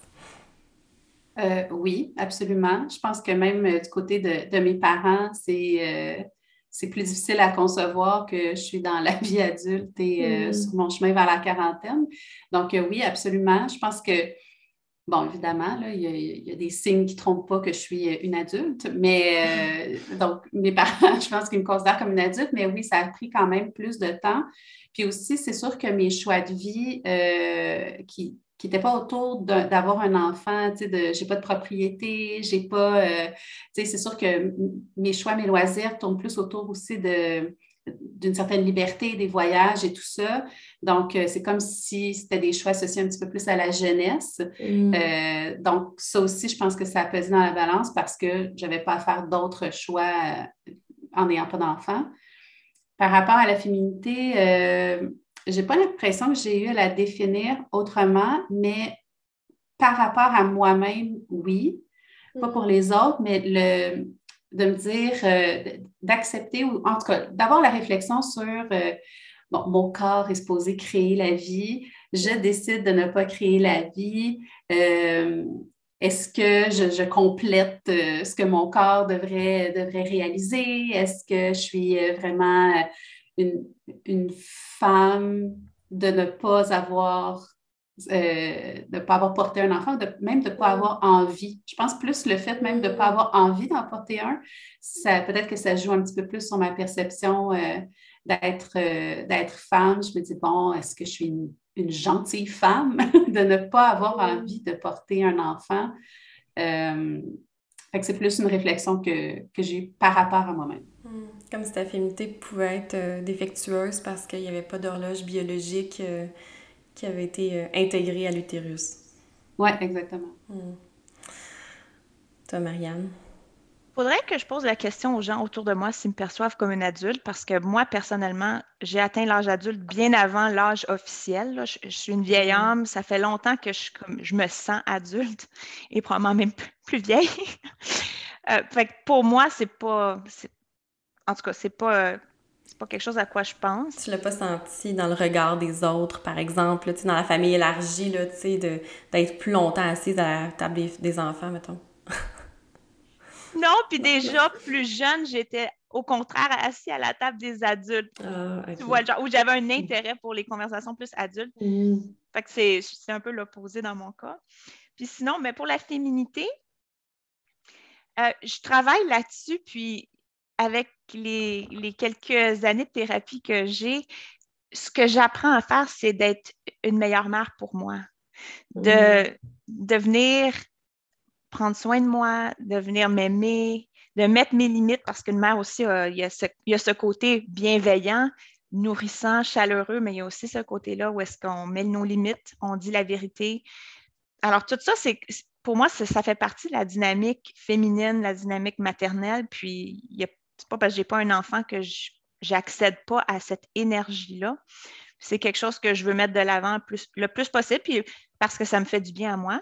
Oui, absolument. Je pense que même du côté de mes parents, c'est plus difficile à concevoir que je suis dans la vie adulte et sur mon chemin vers la quarantaine. Donc, oui, absolument. Je pense que bon, évidemment, là, il y a des signes qui ne trompent pas que je suis une adulte, mais donc mes parents, je pense qu'ils me considèrent comme une adulte, mais oui, ça a pris quand même plus de temps. Puis aussi, c'est sûr que mes choix de vie qui n'étaient pas autour d'avoir un enfant, tu sais, j'ai pas de propriété, j'ai pas, tu sais, c'est sûr que mes choix, mes loisirs tournent plus autour aussi d'une certaine liberté, des voyages et tout ça. Donc, c'est comme si c'était des choix associés un petit peu plus à la jeunesse. Donc, ça aussi, je pense que ça a pesé dans la balance parce que je n'avais pas à faire d'autres choix en n'ayant pas d'enfant. Par rapport à la féminité, je n'ai pas l'impression que j'ai eu à la définir autrement, mais par rapport à moi-même, oui. Pas pour les autres, mais de me dire, d'accepter, ou en tout cas, d'avoir la réflexion sur bon, mon corps est supposé créer la vie, je décide de ne pas créer la vie. Est-ce que je complète ce que mon corps devrait réaliser? Est-ce que je suis vraiment une femme de ne pas avoir de ne pas avoir porté un enfant, même de ne pas avoir envie. Je pense plus le fait même de ne pas avoir envie d'en porter un, peut-être que ça joue un petit peu plus sur ma perception d'être femme. Je me dis, bon, est-ce que je suis une gentille femme de ne pas avoir envie de porter un enfant? Fait que c'est plus une réflexion que j'ai eue par rapport à moi-même. Comme si ta féminité pouvait être défectueuse parce qu'il n'y avait pas d'horloge biologique qui avait été intégrée à l'utérus. Oui, exactement. Toi, Marianne? Faudrait que je pose la question aux gens autour de moi s'ils me perçoivent comme une adulte, parce que moi, personnellement, j'ai atteint l'âge adulte bien avant l'âge officiel. Là. Je suis une vieille âme, ça fait longtemps que je me sens adulte et probablement même plus vieille. Fait que pour moi, en tout cas, c'est pas quelque chose à quoi je pense. Tu l'as pas senti dans le regard des autres, par exemple, là, dans la famille élargie, là, d'être plus longtemps assise à la table des enfants, mettons? Non, puis déjà plus jeune, j'étais au contraire assise à la table des adultes. Okay. Tu vois, genre, où j'avais un intérêt pour les conversations plus adultes. Fait que c'est un peu l'opposé dans mon cas. Puis sinon, mais pour la féminité, je travaille là-dessus, puis avec les quelques années de thérapie que j'ai, ce que j'apprends à faire, c'est d'être une meilleure mère pour moi. De venir prendre soin de moi, de venir m'aimer, de mettre mes limites, parce qu'une mère aussi, il y a ce côté bienveillant, nourrissant, chaleureux, mais il y a aussi ce côté-là où est-ce qu'on met nos limites, on dit la vérité. Alors, tout ça, pour moi, ça fait partie de la dynamique féminine, la dynamique maternelle, puis c'est pas parce que j'ai pas un enfant que j'accède pas à cette énergie-là. C'est quelque chose que je veux mettre de l'avant le plus possible, puis parce que ça me fait du bien à moi.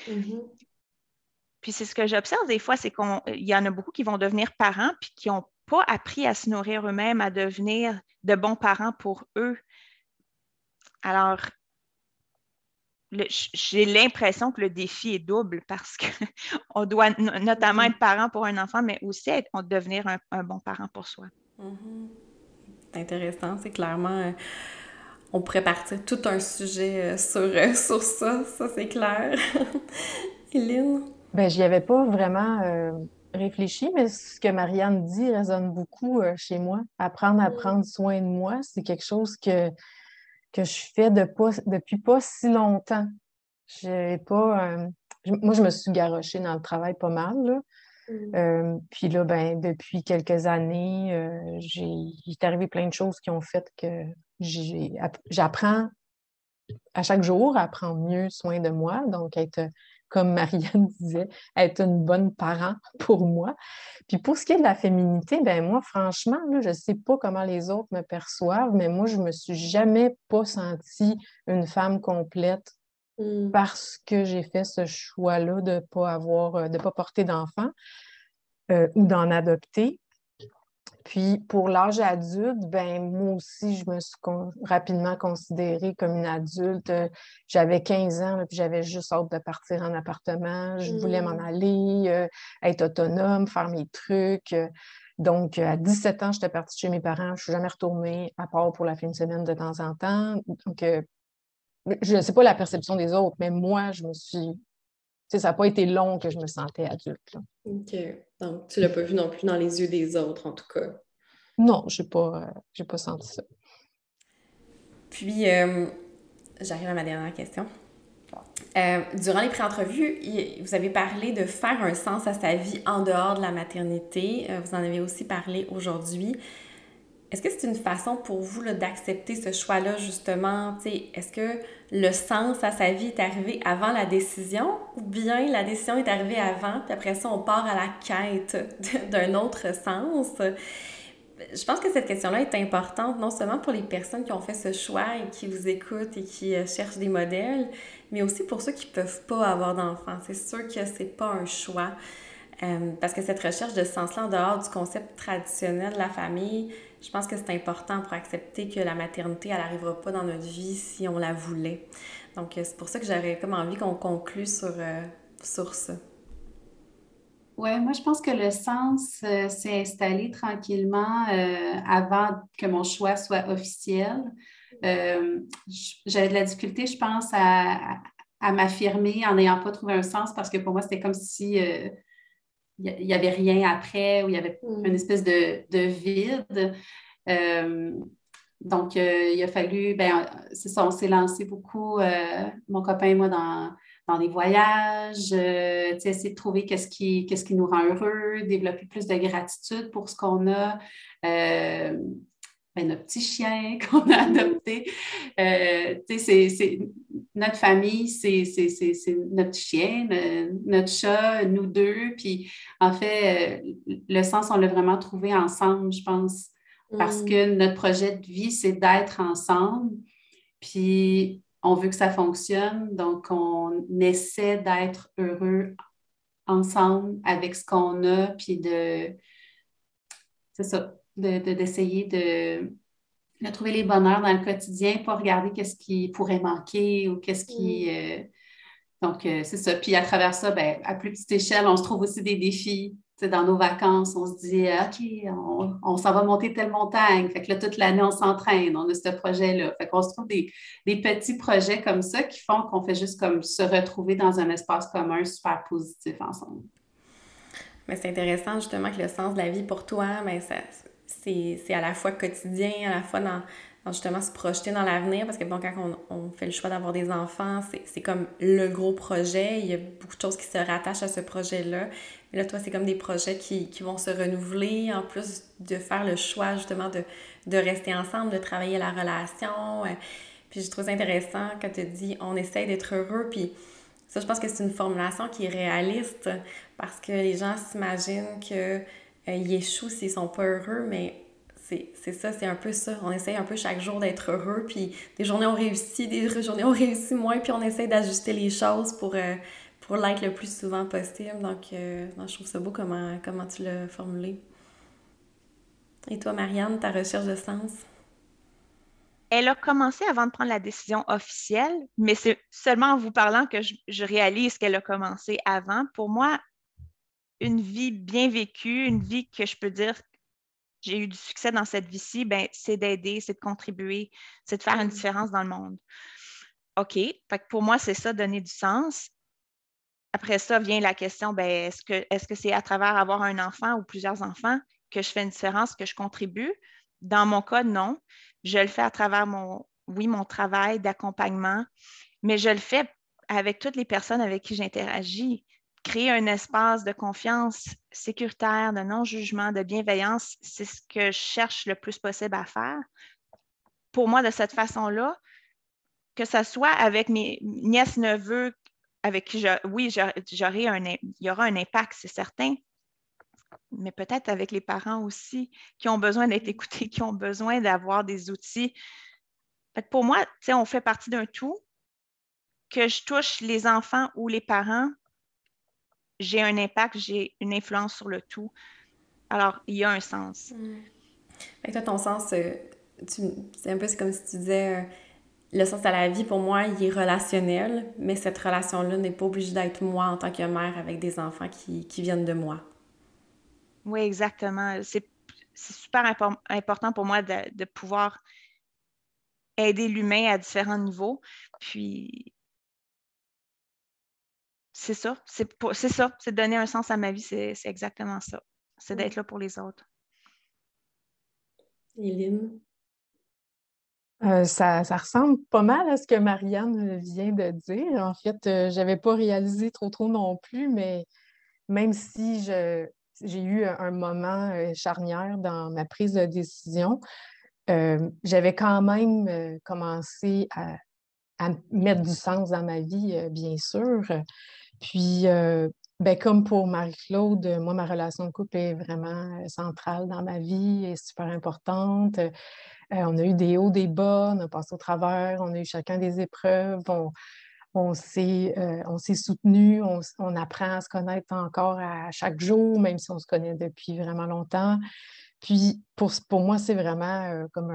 Puis c'est ce que j'observe des fois, c'est qu'il y en a beaucoup qui vont devenir parents puis qui n'ont pas appris à se nourrir eux-mêmes, à devenir de bons parents pour eux. Alors, j'ai l'impression que le défi est double parce qu'on doit notamment être parent pour un enfant, mais aussi devenir un bon parent pour soi. C'est intéressant, c'est clairement... on pourrait partir tout un sujet sur ça c'est clair. Éline? Ben, j'y avais pas vraiment réfléchi, mais ce que Marianne dit résonne beaucoup chez moi. Apprendre à prendre soin de moi, c'est quelque chose que je fais depuis pas si longtemps. J'ai pas, moi, je me suis garochée dans le travail pas mal, là. Puis là, ben, depuis quelques années, il est arrivé plein de choses qui ont fait que j'apprends à chaque jour à prendre mieux soin de moi. Donc, comme Marianne disait, être une bonne parent pour moi. Puis pour ce qui est de la féminité, ben moi, franchement, là, je sais pas comment les autres me perçoivent, mais moi, je me suis jamais pas sentie une femme complète parce que j'ai fait ce choix-là de pas porter d'enfant ou d'en adopter. Puis pour l'âge adulte, ben moi aussi, je me suis rapidement considérée comme une adulte. J'avais 15 ans, là, puis j'avais juste hâte de partir en appartement. Je voulais m'en aller, être autonome, faire mes trucs. Donc, à 17 ans, j'étais partie chez mes parents. Je suis jamais retournée, à part pour la fin de semaine de temps en temps. Donc, je ne sais pas la perception des autres, mais moi, je me suis... Tu sais, ça n'a pas été long que je me sentais adulte, là. OK. Donc, tu l'as pas vu non plus dans les yeux des autres, en tout cas. Non, j'ai pas senti ça. Puis, j'arrive à ma dernière question. Durant les pré-entrevues, vous avez parlé de faire un sens à sa vie en dehors de la maternité. Vous en avez aussi parlé aujourd'hui. Est-ce que c'est une façon pour vous là, d'accepter ce choix-là, justement? Est-ce que le sens à sa vie est arrivé avant la décision ou bien la décision est arrivée avant, puis après ça, on part à la quête d'un autre sens? Je pense que cette question-là est importante, non seulement pour les personnes qui ont fait ce choix et qui vous écoutent et qui cherchent des modèles, mais aussi pour ceux qui ne peuvent pas avoir d'enfants. C'est sûr que c'est pas un choix. Parce que cette recherche de ce sens-là, en dehors du concept traditionnel de la famille, je pense que c'est important pour accepter que la maternité, elle n'arrivera pas dans notre vie si on la voulait. Donc, c'est pour ça que j'aurais comme envie qu'on conclue sur ça. Oui, moi, je pense que le sens s'est installé tranquillement avant que mon choix soit officiel. J'avais de la difficulté, je pense, à m'affirmer en n'ayant pas trouvé un sens parce que pour moi, c'était comme si il n'y avait rien après ou il y avait une espèce de vide. Euh, donc, il a fallu, c'est ça, on s'est lancé beaucoup, mon copain et moi, dans des voyages, essayer de trouver qu'est-ce qui nous rend heureux, développer plus de gratitude pour ce qu'on a. Notre petit chien qu'on a adopté. Notre famille, c'est notre chien, notre chat, nous deux. Puis, en fait, le sens, on l'a vraiment trouvé ensemble, je pense, parce que notre projet de vie, c'est d'être ensemble. Puis, on veut que ça fonctionne. Donc, on essaie d'être heureux ensemble avec ce qu'on a, puis c'est ça, d'essayer de trouver les bonheurs dans le quotidien, pas regarder qu'est-ce qui pourrait manquer ou qu'est-ce qui... Donc, c'est ça. Puis à travers ça, à plus petite échelle, on se trouve aussi des défis. Tu sais, dans nos vacances, on se dit, OK, on s'en va monter telle montagne. Fait que là, toute l'année, on s'entraîne. On a ce projet-là. Fait qu'on se trouve des petits projets comme ça qui font qu'on fait juste comme se retrouver dans un espace commun super positif ensemble. Mais c'est intéressant justement que le sens de la vie pour toi, c'est à la fois quotidien, à la fois dans justement se projeter dans l'avenir, parce que bon, quand on fait le choix d'avoir des enfants, c'est comme le gros projet, il y a beaucoup de choses qui se rattachent à ce projet-là. Mais là, toi, c'est comme des projets qui vont se renouveler, en plus de faire le choix justement de rester ensemble, de travailler la relation. Puis je trouve ça intéressant quand tu dis on essaye d'être heureux, puis ça, je pense que c'est une formulation qui est réaliste parce que les gens s'imaginent qu'ils échouent s'ils sont pas heureux, mais c'est ça, c'est un peu ça. On essaye un peu chaque jour d'être heureux, puis des journées on réussit, des journées on réussit moins, puis on essaye d'ajuster les choses pour l'être le plus souvent possible. Donc, je trouve ça beau comment tu l'as formulé. Et toi, Marianne, ta recherche de sens? Elle a commencé avant de prendre la décision officielle, mais c'est seulement en vous parlant que je réalise qu'elle a commencé avant. Pour moi, une vie bien vécue, une vie que je peux dire j'ai eu du succès dans cette vie-ci, ben, c'est d'aider, c'est de contribuer, c'est de faire une différence dans le monde. OK, fait que pour moi, c'est ça, donner du sens. Après ça vient la question, ben, est-ce que c'est à travers avoir un enfant ou plusieurs enfants que je fais une différence, que je contribue? Dans mon cas, non. Je le fais à travers mon travail d'accompagnement, mais je le fais avec toutes les personnes avec qui j'interagis. Créer un espace de confiance sécuritaire, de non-jugement, de bienveillance, c'est ce que je cherche le plus possible à faire. Pour moi, de cette façon-là, que ce soit avec mes nièces, neveux, avec qui, oui, il y aura un impact, c'est certain, mais peut-être avec les parents aussi, qui ont besoin d'être écoutés, qui ont besoin d'avoir des outils. Fait que pour moi, on fait partie d'un tout. Que je touche les enfants ou les parents, j'ai un impact, j'ai une influence sur le tout. Alors, il y a un sens. Fait que toi, ton sens, c'est un peu comme si tu disais, le sens à la vie, pour moi, il est relationnel, mais cette relation-là n'est pas obligée d'être moi en tant que mère avec des enfants qui viennent de moi. Oui, exactement. C'est super important pour moi de pouvoir aider l'humain à différents niveaux. Puis, c'est ça. C'est ça. C'est de donner un sens à ma vie. C'est exactement ça. C'est d'être là pour les autres. Éline? Ça ressemble pas mal à ce que Marianne vient de dire. En fait, j'avais pas réalisé trop non plus, mais même si j'ai eu un moment charnière dans ma prise de décision, j'avais quand même commencé à mettre du sens dans ma vie, bien sûr. Puis, ben, comme pour Marie-Claude, moi, ma relation de couple est vraiment centrale dans ma vie, est super importante. On a eu des hauts, des bas, on a passé au travers, on a eu chacun des épreuves, on s'est soutenus, on apprend à se connaître encore à chaque jour, même si on se connaît depuis vraiment longtemps. Puis, pour moi, c'est vraiment comme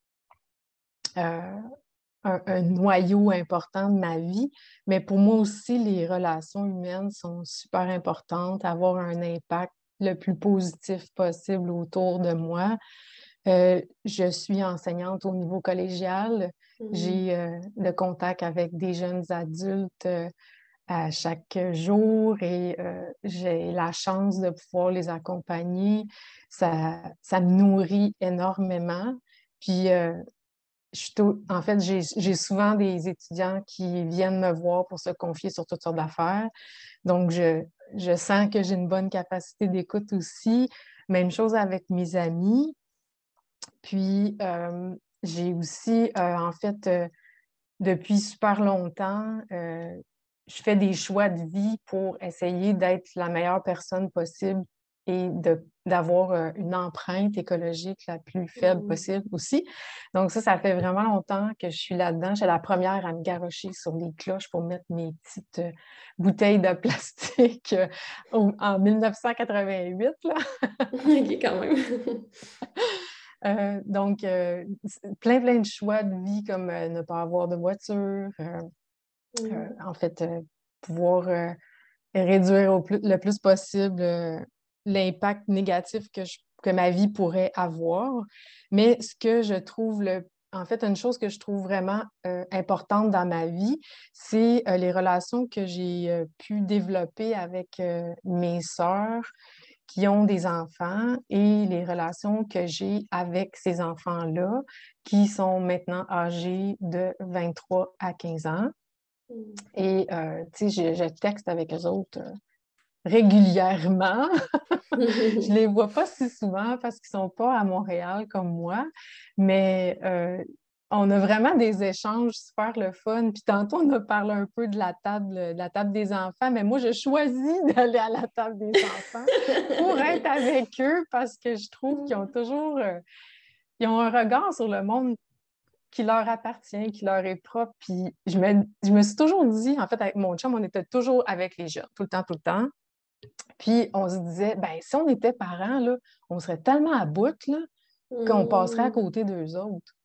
euh, un noyau important de ma vie. Mais pour moi aussi, les relations humaines sont super importantes, avoir un impact le plus positif possible autour de moi. Je suis enseignante au niveau collégial. J'ai le contact avec des jeunes adultes à chaque jour et j'ai la chance de pouvoir les accompagner. Ça me nourrit énormément. Puis, en fait, j'ai souvent des étudiants qui viennent me voir pour se confier sur toutes sortes d'affaires. Donc, je sens que j'ai une bonne capacité d'écoute aussi. Même chose avec mes amis. Puis, j'ai aussi, en fait, depuis super longtemps, je fais des choix de vie pour essayer d'être la meilleure personne possible et d'avoir une empreinte écologique la plus faible possible aussi. Donc ça fait vraiment longtemps que je suis là-dedans. J'étais la première à me garrocher sur les cloches pour mettre mes petites bouteilles de plastique en 1988, là. OK, quand même. Donc, plein de choix de vie comme ne pas avoir de voiture, en fait, pouvoir réduire le plus possible l'impact négatif que ma vie pourrait avoir. Mais ce que je trouve en fait, une chose que je trouve vraiment importante dans ma vie, c'est les relations que j'ai pu développer avec mes sœurs qui ont des enfants et les relations que j'ai avec ces enfants-là qui sont maintenant âgés de 23 à 15 ans. Et, tu sais, je texte avec eux autres régulièrement. Je les vois pas si souvent parce qu'ils sont pas à Montréal comme moi, mais on a vraiment des échanges super le fun. Puis tantôt, on a parlé un peu de la table des enfants, mais moi, je choisis d'aller à la table des enfants pour être avec eux parce que je trouve qu'ils ont toujours ils ont un regard sur le monde qui leur appartient, qui leur est propre. Puis je me suis toujours dit, en fait, avec mon chum, on était toujours avec les jeunes, tout le temps, tout le temps. Puis on se disait, ben si on était parents, là, on serait tellement à bout là, qu'on passerait à côté d'eux autres.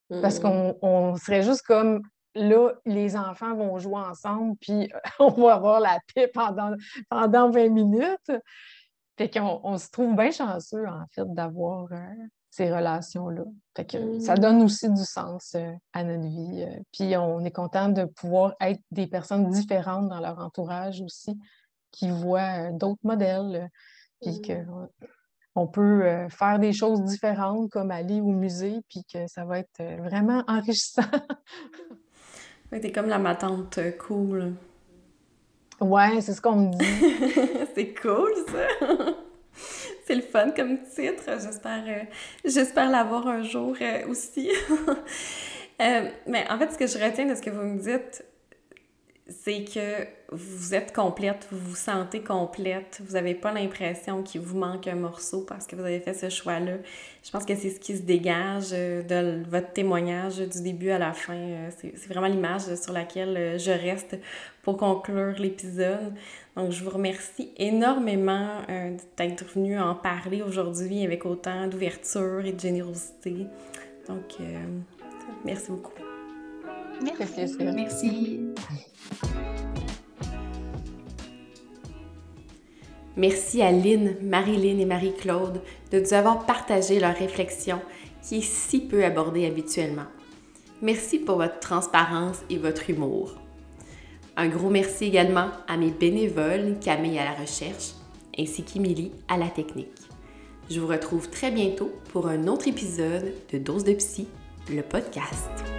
Parce qu'on serait juste comme, là, les enfants vont jouer ensemble, puis on va avoir la paix pendant 20 minutes. Fait qu'on se trouve bien chanceux, en fait, d'avoir ces relations-là. Fait que ça donne aussi du sens à notre vie. Puis on est content de pouvoir être des personnes différentes dans leur entourage aussi, qui voient d'autres modèles, puis qu'on peut faire des choses différentes, comme aller au musée, puis que ça va être vraiment enrichissant. Ouais, t'es comme la tante cool. Ouais, c'est ce qu'on me dit. C'est cool, ça! C'est le fun comme titre. J'espère l'avoir un jour aussi. Mais en fait, ce que je retiens de ce que vous me dites, c'est que vous êtes complète, vous vous sentez complète, vous n'avez pas l'impression qu'il vous manque un morceau parce que vous avez fait ce choix-là. Je pense que c'est ce qui se dégage de votre témoignage du début à la fin. C'est vraiment l'image sur laquelle je reste pour conclure l'épisode. Donc, je vous remercie énormément d'être venu en parler aujourd'hui avec autant d'ouverture et de générosité. Donc, merci beaucoup. Merci. Merci. Merci à Lynn, Marie-Lynn et Marie-Claude de nous avoir partagé leur réflexion qui est si peu abordée habituellement. Merci pour votre transparence et votre humour. Un gros merci également à mes bénévoles, Camille à la recherche, ainsi qu'Émilie à la technique. Je vous retrouve très bientôt pour un autre épisode de Dose de Psy, le podcast.